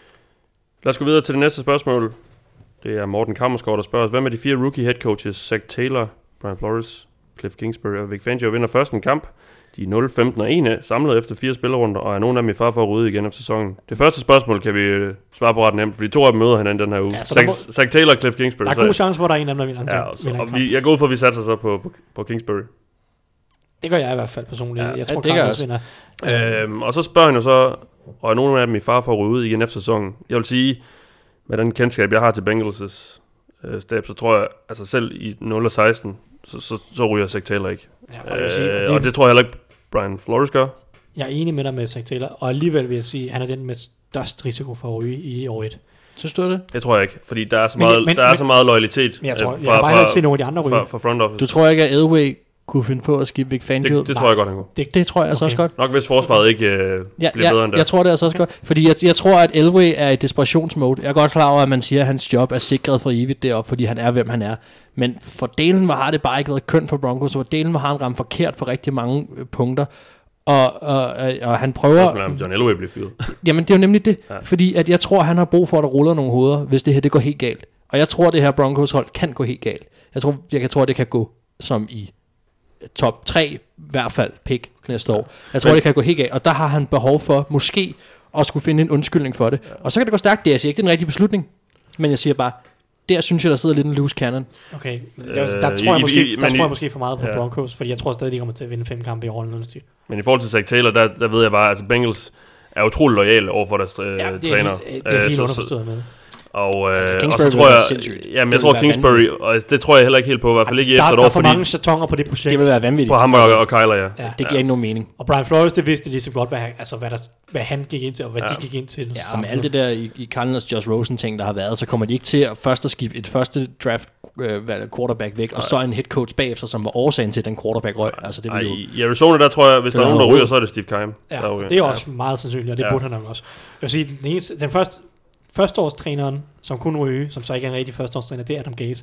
Lad os gå videre til det næste spørgsmål. Det er Morten Kammersgaard, der spørger os, hvem er de 4 rookie head coaches, Zach Taylor, Brian Flores, Cliff Kingsbury og Vic Fangio vinder først en kamp? De er 0, 15 og 1 samlet efter 4 spillerunder, og er nogen af dem i far for at rydde igen efter sæsonen. Det første spørgsmål kan vi svare på ret nemt, fordi 2 af dem møder hinanden den her uge. Ja, Zach Taylor og Cliff Kingsbury. Der er god chance for, at der er en af dem, der vinder. Jeg går ud for, at vi satser så på Kingsbury. Det gør jeg i hvert fald personligt. Jeg tror, Cardinals vinder. Og så spørger han jo så, og er nogen af dem i far for at rydde ud igen efter sæsonen? Jeg vil sige, med den kendskab, jeg har til Bengals' stab, så tror jeg, altså selv i 0 og 16, så ryger Zach Taylor ikke. Ja, og det tror jeg heller ikke, Brian Flores gør. Jeg er enig med dig med Zach Taylor, og alligevel vil jeg sige, at han er den med størst risiko for at ryge i år 1. Synes du det? Det tror jeg ikke, fordi der er så meget loyalitet. Jeg tror, jeg har bare ikke set nogle af de andre ryge. Fra front office. Du tror ikke, at Elway kunne finde på at skifte Vic Fangio? Det tror jeg godt, han kunne. Det tror jeg altså også godt. Nok hvis forsvaret ikke bliver bedre end det. Jeg tror det altså også godt. Fordi jeg tror, at Elway er i desperationsmode. Jeg er godt klar over, at man siger, at hans job er sikret for evigt deroppe, fordi han er, hvem han er. Men for delen har det bare ikke været kønt for Broncos, og for delen har han ramt forkert på rigtig mange punkter. Og han prøver... John Elway bliver fyret. Jamen, det er jo nemlig det. Ja. Fordi at jeg tror, han har brug for, at der ruller nogle hoveder, hvis det her det går helt galt. Og jeg tror, det her Broncos-hold kan gå helt galt. Jeg tror, det kan gå som i top 3, i hvert fald, pick næste år. Jeg tror, det kan gå helt galt. Og der har han behov for, måske, at skulle finde en undskyldning for det. Ja. Og så kan det gå stærkt. Det er altså ikke den rigtige beslutning. Men jeg siger bare, der synes jeg, der sidder lidt en loose cannon. Okay, der tror jeg måske for meget på Broncos, fordi jeg tror stadig, de kommer til at vinde 5 kampe i år. Men i forhold til Zach Taylor, der ved jeg bare, at altså Bengals er utrolig loyale over for deres træner. Det er helt underforstået med. Og så tror jeg tror Kingsbury, og det tror jeg heller ikke helt på, i hvert fald ikke efter et år, der er for mange chatonger på det projekt. Det vil være vanvittigt. På ham og Kyler, ja. Det giver ikke nogen mening. Og Brian Flores, det vidste de så godt, hvad han gik ind til, og hvad de gik ind til. Ja, med alt det der i Cardinals Josh Rosen ting, der har været, så kommer de ikke til at først at skifte et første draft quarterback væk, og så en head coach bagefter, som var årsagen til den quarterback røg. Altså, det i Arizona, der tror jeg, hvis der er nogen, der ryger, så er det Steve Keim. Ja, det er også meget sandsynligt, og det burde han nok også. Jeg vil sige, den førsteårstræneren, som kunne ryge, som så ikke er en rigtig førsteårstræner, det er Adam Gase.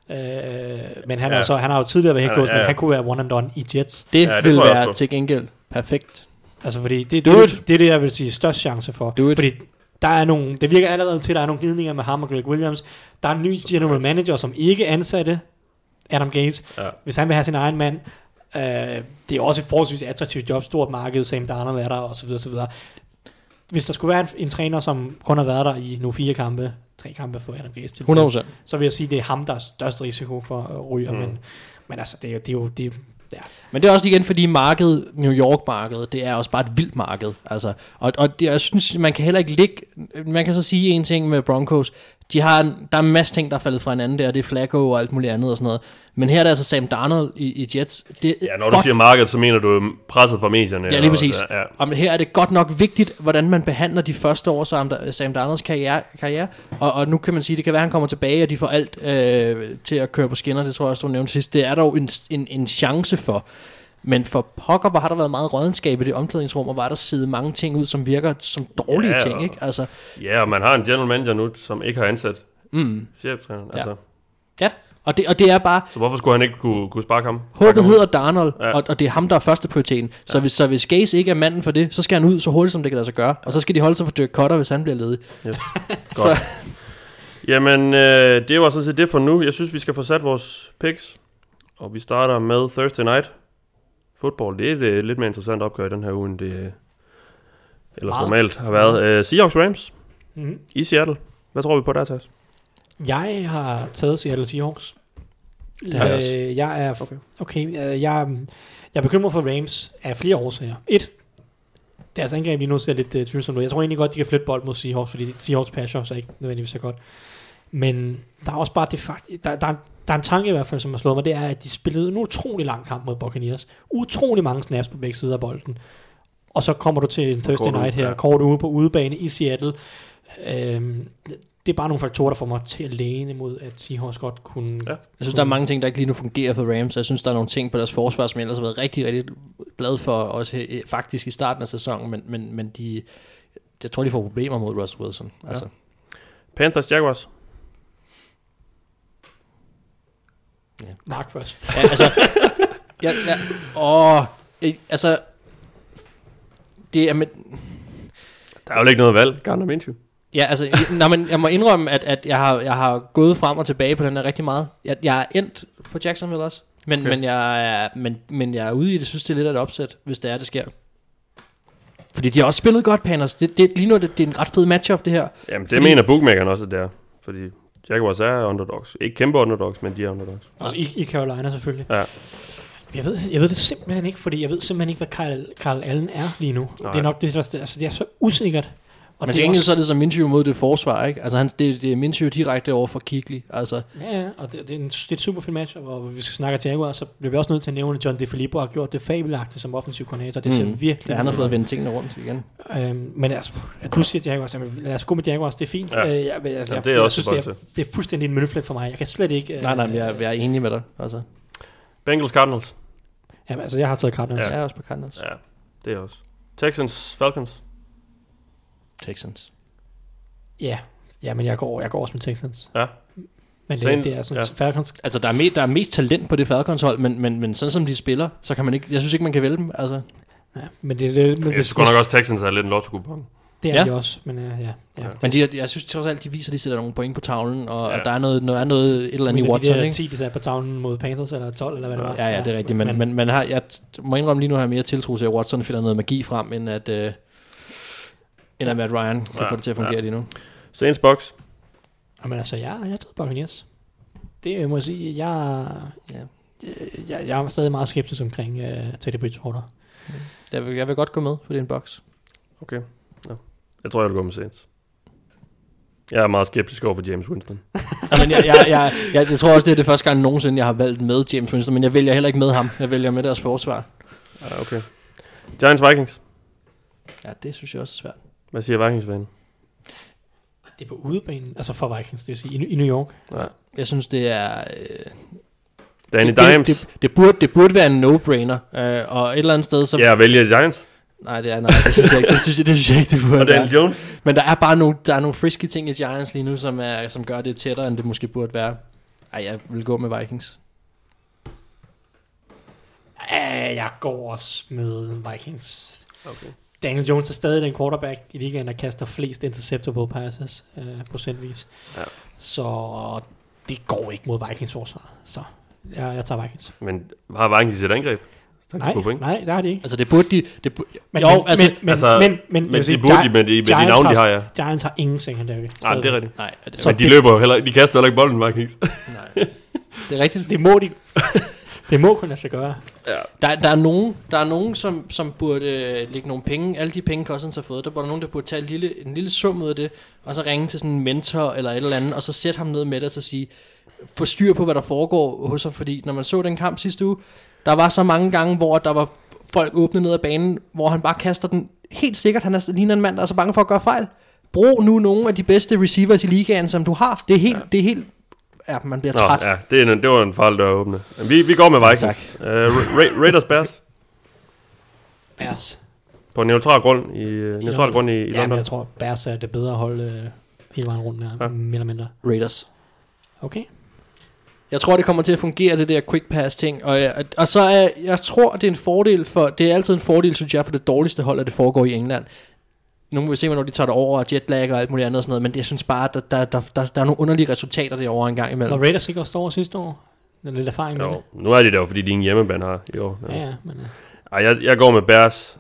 Men han har jo tidligere været helt men han kunne være one and done i Jets. Det vil være til gengæld perfekt. Altså fordi det er det, jeg vil sige størst chance for. Fordi der er nogle, det virker allerede til, at der er nogle glidninger med ham og Greg Williams. Der er en ny general manager, som ikke ansatte Adam Gase. Ja. Hvis han vil have sin egen mand. Det er også et forholdsvis attraktivt job, stort marked, Sam Darnold er der, og så videre. Hvis der skulle være en træner, som kun har været der i nu 4 kampe, 3 kampe for Adam Gase til, 100%. Så vil jeg sige, at det er ham, der er størst risiko for at ryge. Men altså, det er jo... Ja. Men det er også igen, fordi New York-markedet, det er også bare et vildt marked. Altså, og det, jeg synes, man kan heller ikke ligge... Man kan så sige en ting med Broncos. Der er en masse ting, der er faldet fra hinanden der. Det er Flacco og alt muligt andet og sådan noget. Men her er det altså Sam Darnold i Jets. Når du siger marked, så mener du presset fra medierne. Ja, lige præcis. Og her er det godt nok vigtigt, hvordan man behandler de første år Sam Darnolds karriere. Og nu kan man sige, det kan være, at han kommer tilbage, og de får alt til at køre på skinner. Det tror jeg også, du nævnte sidst. Det er dog en chance for. Men for pokker, hvor har der været meget rådenskab i det omklædningsrum, og hvor er der siddet mange ting ud, som virker som dårlige ting, ikke? Altså, ja, og man har en general manager nu, som ikke har ansat cheftræneren. Altså. Ja, og det er bare... Så hvorfor skulle han ikke kunne sparke ham? Håbet hedder Darnold, og det er ham, der er første prioriteten. Så hvis Gase ikke er manden for det, så skal han ud så hurtigt, som det kan lade sig gøre. Og så skal de holde sig for Dirk Kotter, hvis han bliver ledig. Yes. Så. Jamen, det var sådan set det for nu. Jeg synes, vi skal få sat vores picks. Og vi starter med Thursday Night Football. Det er et lidt mere interessant opgør i den her uge, end det ellers normalt har været. Seahawks Rams i Seattle. Hvad tror vi på der, Thijs? Jeg har taget Seattle Seahawks. Jeg er bekymret for Rams af flere årsager. Deres angreb lige nu ser lidt tvivlsomt ud. Jeg tror egentlig godt, de kan flytte bold mod Seahawks, fordi Seahawks passer så ikke nødvendigvis så godt. Men der er også bare det faktisk... Der er en tanke i hvert fald, som har slået mig, det er, at de spillede en utrolig lang kamp mod Buccaneers. Utrolig mange snaps på begge sider af bolden. Og så kommer du til en Thursday night her, kort uge på udebane i Seattle. Det er bare nogle faktorer, der får mig til at læne imod, at Seahawks godt kunne... Ja. Jeg synes, der er mange ting, der ikke lige nu fungerer for Rams. Jeg synes, der er nogle ting på deres forsvar, som jeg ellers har været rigtig, rigtig glad for, også faktisk i starten af sæsonen, men jeg tror, de får problemer mod Russell Wilson. Ja. Altså. Panthers Jaguars. Ja. Mark først. Ja, det er med... Der er jo ikke noget valg. Gardner Minshew. Ja, altså, jeg må indrømme, at jeg har gået frem og tilbage på den her rigtig meget. Jeg er endt på Jacksonville også, men jeg er ude i det, synes det er lidt af et opsæt, hvis det sker. Fordi de har også spillet godt, Panthers. Lige nu det er en ret fed matchup, det her. Jamen, det mener bookmakeren også, der. Fordi Jaguars er underdogs. Ikke kæmpe underdogs, men de er underdogs. Altså i Carolina selvfølgelig. Ja. Jeg ved det simpelthen ikke, fordi jeg ved simpelthen ikke, hvad Carl Allen er lige nu. Nej. Det er nok det er så usikkert. Og men til gengæld så er det som Minshew mod det forsvar, ikke? Altså det er Minshew direkte over for Kuechly, altså. Ja, og det er et super fint match, og hvis vi skal snakke til Jaguars, så bliver vi også nødt til at nævne, at John DeFilippo har gjort det fabelagtigt som offensiv koordinator. Det ser virkelig. Ja, han har fået at vende tingene rundt igen. Men altså, du siger Jaguars, lad os gå med Jaguars, det er fint. Ja. Det er også synes, det er fuldstændig en mølleflæt for mig. Jeg kan slet ikke. Nej, jeg er enig med dig, altså. Bengals Cardinals. Jamen, altså, jeg har taget Cardinals. Ja. Jeg er også på Cardinals. Ja, det er også. Texans Falcons. Texans. Ja, men jeg går også med Texans. Ja. Men det er sådan Falcons. Altså der er mest talent på det Falcons hold, men sådan som de spiller, så kan man ikke. Jeg synes ikke man kan vælge dem. Altså. Ja, men det er jeg synes nok også Texans er lidt en lotto-kupon. Det er de også, men ja. Men jeg synes trods alt de viser, at de sætter nogle point på tavlen, og der er noget et eller andet i Watson, ikke? 10 de satte på tavlen mod Panthers eller 12 eller hvad det var. Ja, det er rigtigt, men jeg må indrømme lige nu, har jeg mere tiltro til, at Watson finder noget magi frem, end at Matt Ryan kan få det til at fungere lige nu. Saints Bucks. Jamen altså, jeg har taget Buccaneers. Det må jeg sige, jeg er stadig meget skeptisk omkring Teddy Bridgewater. Jeg vil godt gå med, for det er en box. Okay. Ja. Jeg tror, jeg vil gå med Saints. Jeg er meget skeptisk over for James Winston. Men jeg tror også, det er det første gang nogensinde, jeg har valgt med James Winston, men jeg vælger heller ikke med ham. Jeg vælger med deres forsvar. Ja, okay. Giants Vikings. Ja, det synes jeg også er svært. Hvad siger Vikings-fanen? Det er på udebanen, altså for Vikings, det vil sige i New York. Ja. Jeg synes, det er... Danny Dimes. Det burde være en no-brainer. Og et eller andet sted... Så... Ja, vælger Giants. Nej, det synes jeg ikke. Det synes jeg ikke, det burde og Daniel Jones. Men der er bare nogle frisky ting i Giants lige nu, som gør det tættere, end det måske burde være. Ej, jeg vil gå med Vikings. Jeg går også med Vikings. Okay. Daniel Jones er stadig den quarterback i ligaen, der kaster flest interceptable passes procentvis. Ja. Så det går ikke mod Vikings forsvar. Så jeg tager Vikings. Men har Vikings et angreb? Nej, det har de ikke. Altså det burde de... Men de burde med de navne, de har, ja. Giants har ingen secondary. Nej, det er rigtigt. Nej, men de løber jo heller, de kaster heller ikke bolden, Vikings. Nej, det er rigtigt. Det må de... Det må kunne lade sig gøre. Ja. Der er nogen som burde lægge nogle penge. Alle de penge, Cousins har fået, der var nogen, der burde tage en lille sum ud af det, og så ringe til sådan en mentor eller et eller andet, og så sætte ham ned med det, og så sige, få styr på, hvad der foregår hos ham. Fordi når man så den kamp sidste uge, der var så mange gange, hvor der var folk åbne ned ad banen, hvor han bare kaster den helt sikkert. Han ligner en mand, der er så bange for at gøre fejl. Brug nu nogle af de bedste receivers i ligaen, som du har. Det er helt ja, man bliver træt. Ja, det var en fejl, der åbne. Vi går med Vikings. Raiders Bears. Bears. På en neutral grund i London. Ja, men jeg tror, Bears er det bedre at holde hele vejen rundt her, mere eller mindre. Raiders. Okay. Jeg tror, det kommer til at fungere, det der quick pass ting. Og så er jeg tror, det er en fordel for... Det er altid en fordel, synes jeg, for det dårligste hold, at det foregår i England. Nu må vi se, hvornår de tager det over, og jetlag og alt muligt andet og sådan noget, men jeg synes bare, at der er nogle underlige resultater derovre en gang imellem. Og Raiders ikke også over sidste år? Der er lidt erfaring med det. Nu er de der jo, fordi de ingen hjemmebane har i år. Ja, men... Jeg går med Bears.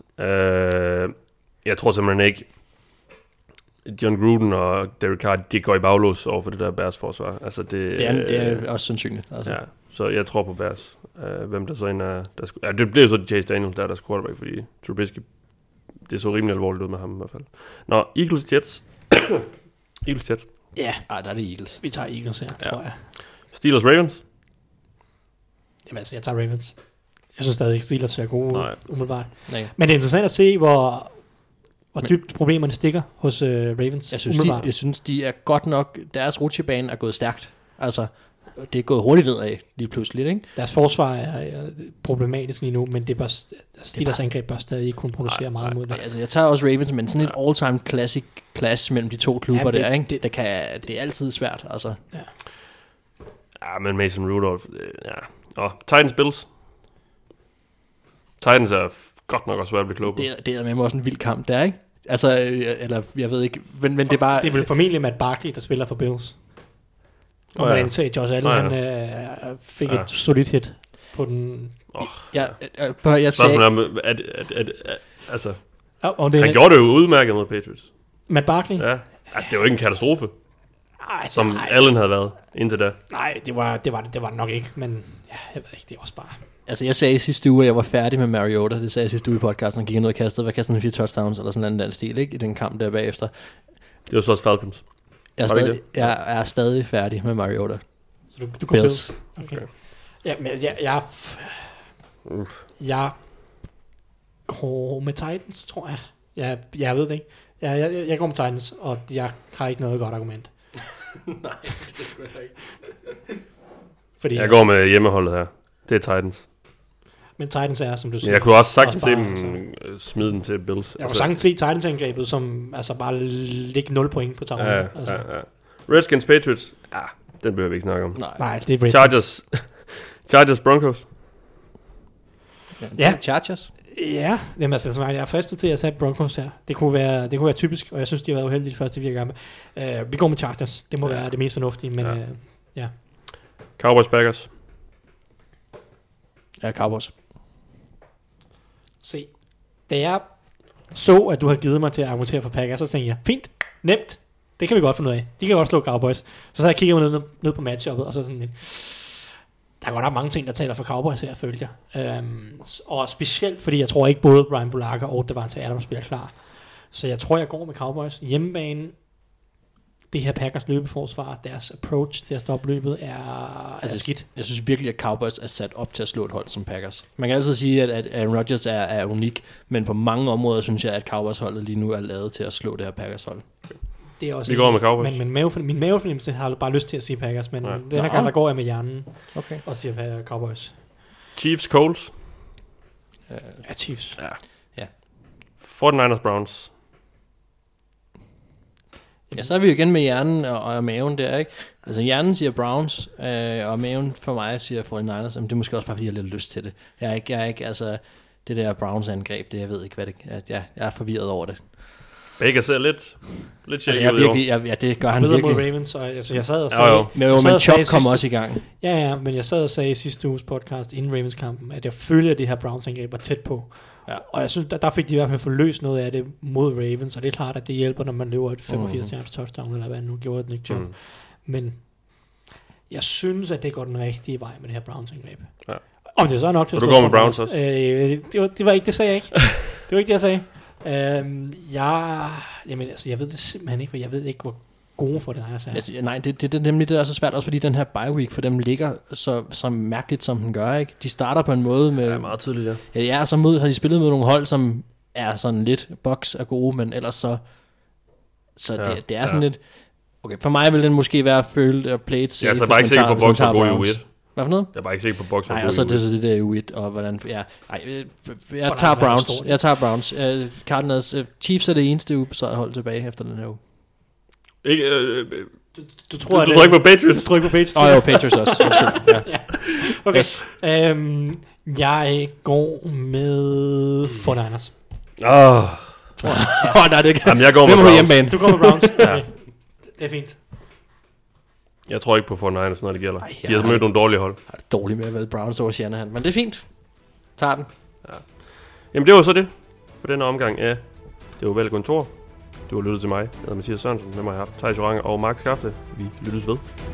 Jeg tror simpelthen ikke, John Gruden og Derek Carr, de går i baglås over for det der Bears forsvar. Altså det er også sandsynligt. Altså. Ja, så jeg tror på Bears. Hvem der så end er... det blev så Chase Daniel, deres quarterback, fordi Trubisky, det så rimelig alvorligt ud med ham i hvert fald. Nå, Eagles Jets. Eagles Jets. Ja. Ej, der er det Eagles. Vi tager Eagles her, tror jeg. Steelers Ravens. Jamen altså, jeg tager Ravens. Jeg synes stadig ikke, Steelers ser gode umiddelbart. Nej. Men det er interessant at se, hvor dybt problemerne stikker hos Ravens. Jeg synes, de er godt nok... Deres rutsjebane er gået stærkt. Altså, det er gået hurtigt nedad lige pludselig, ikke? Deres forsvar er problematisk lige nu, men det er bare, Steelers angreb bør stadig ikke kunne producere meget mod det. Altså, jeg tager også Ravens, men sådan et all-time classic clash mellem de to klubber der, ikke? Det er altid svært, altså. Ja, men Mason Rudolph, Og Titans Bills. Titans er godt nok også svært at blive klog på. Det er med også en vild kamp der, ikke? Altså, eller jeg ved ikke, men det er bare... Det er vel formentlig Matt Barkley, der spiller for Bills. Og man antager, Josh Allen, han fik et solidt hit på den... Jeg sagde... Altså, han gjorde det jo udmærket mod Patriots. Matt Barkley? Ja. Altså, det var ikke en katastrofe, som Allen havde været indtil da. Nej, det var nok ikke, men ja, jeg ved ikke, det er også bare... Altså, jeg sagde i sidste uge, at jeg var færdig med Mariota. Det sagde jeg sidste uge i podcasten, og gik ned og kastede 4 touchdowns, eller sådan en anden stil, ikke? I den kamp der bagefter. Det var så også Falcons. Jeg er stadig færdig med Mariota. Så du går Bills? Okay. Ja, men jeg går med Titans, tror jeg. Jeg ved det ikke. Jeg går med Titans, og jeg har ikke noget godt argument. Nej, det skulle jeg ikke. Fordi jeg går med hjemmeholdet her. Det er Titans. Men Titans er, som du siger... Men jeg kunne også sagtens se dem smide den til Bills. Jeg kunne sagtens se Titans-angrebet, som altså bare ligge 0 point på tavlen. Ja. Redskins Patriots, den behøver vi ikke snakke om. Nej, det er Redskins. Chargers Broncos. Ja, Chargers. Ja, jamen, altså, jeg er fristet til at sætte Broncos her. Det kunne være typisk, og jeg synes, de har været uheldige de første 4 kampe. Vi går med Chargers. Det må være det mest fornuftige, men ja. Cowboys Packers. Ja, Cowboys. Se, da jeg så, at du har givet mig til at argumentere for Packers, så tænkte jeg, fint, nemt, det kan vi godt finde ud af. De kan godt slå Cowboys. Så jeg kigger ned på matchuppet, og så sådan lidt, der er godt nok mange ting, der taler for Cowboys her, følte jeg. Og specielt, fordi jeg tror ikke både Brian Bulaga og Davante Adams bliver klar. Så jeg tror, jeg går med Cowboys. Hjemmebane, det her Packers løbeforsvar, deres approach til at stoppe løbet er skidt. Jeg synes virkelig, at Cowboys er sat op til at slå et hold som Packers. Man kan altid sige, at Aaron Rodgers er unik, men på mange områder synes jeg, at Cowboys-holdet lige nu er lavet til at slå det her Packers-hold. Det er også vi går med Cowboys. Men min mavefornemmelse har bare lyst til at sige Packers, men den her gang, der går jeg med hjernen og siger Cowboys. Chiefs Colts. Ja, Chiefs. Ja. 49ers Browns. Ja, så er vi jo igen med hjernen og maven der, ikke? Altså hjernen siger Browns, og maven for mig siger 49ers, men det er måske også bare, fordi jeg har lidt lyst til det. Jeg er ikke, altså, det der Browns-angreb, det jeg ved ikke, hvad det er. Jeg er forvirret over det. Baker ser lidt altså, det gør han virkelig. Mod Ravens, og altså, jeg sad og sagde... Men Chop kom også i gang. Ja, men jeg sad og sagde i sidste uges podcast, inden Ravens-kampen, at jeg følte, at det her Browns-angreb var tæt på. Ja. Og jeg synes, der fik de i hvert fald forløst noget af det mod Ravens, og det er klart, at det hjælper, når man løber et 85 yards touchdown, eller hvad nu gjorde Nick Chubb. Men jeg synes, at det går den rigtige vej med det her Browns-angreb. Ja. Om det så er nok til at... Og du går med Browns også? Det var ikke det, sagde jeg ikke. Det var ikke det, jeg sagde. Jeg ved det simpelthen ikke, for jeg ved ikke, hvor gode for den her sag. Nej, det er nemlig det, der er så svært, også fordi den her bye week for dem ligger så mærkeligt, som den gør, ikke? De starter på en måde med... Ja, meget tydeligt, ja. Ja, så har de spillet med nogle hold, som er sådan lidt box er gode, men ellers så det er sådan lidt... Okay, for mig vil den måske være følt og played safe. Ja, så er bare ikke sikker på box og god i U1. Hvad for noget? Jeg er bare ikke sikker på box og god i U1. Nej, og så er det så det der U1, og hvordan... Ja, jeg tager Browns. Cardinals. Chiefs er det eneste så hold tilbage efter den her uge. Ikke... Du tror ikke på Patriots? Du tror ikke på Patriots? Jo, Patriots også. Ja. Okay. Yes. Jeg går med 49ers. Nej, det Jamen, jeg går med Browns. Du går med Browns? Okay. Det er fint. Jeg tror ikke på 49ers, når det gælder. De har mødt nogle dårlige hold. Jeg er dårlig med at vælge Browns over Shanahan, men det er fint. Tager den. Ja. Jamen, det var så det for denne omgang af Det var vel kontor. Du har lyttet til mig. Jeg hedder Mathias Sørensen. Med mig har haft Thijs Joranger og Mark Skafte. Vi lyttes ved.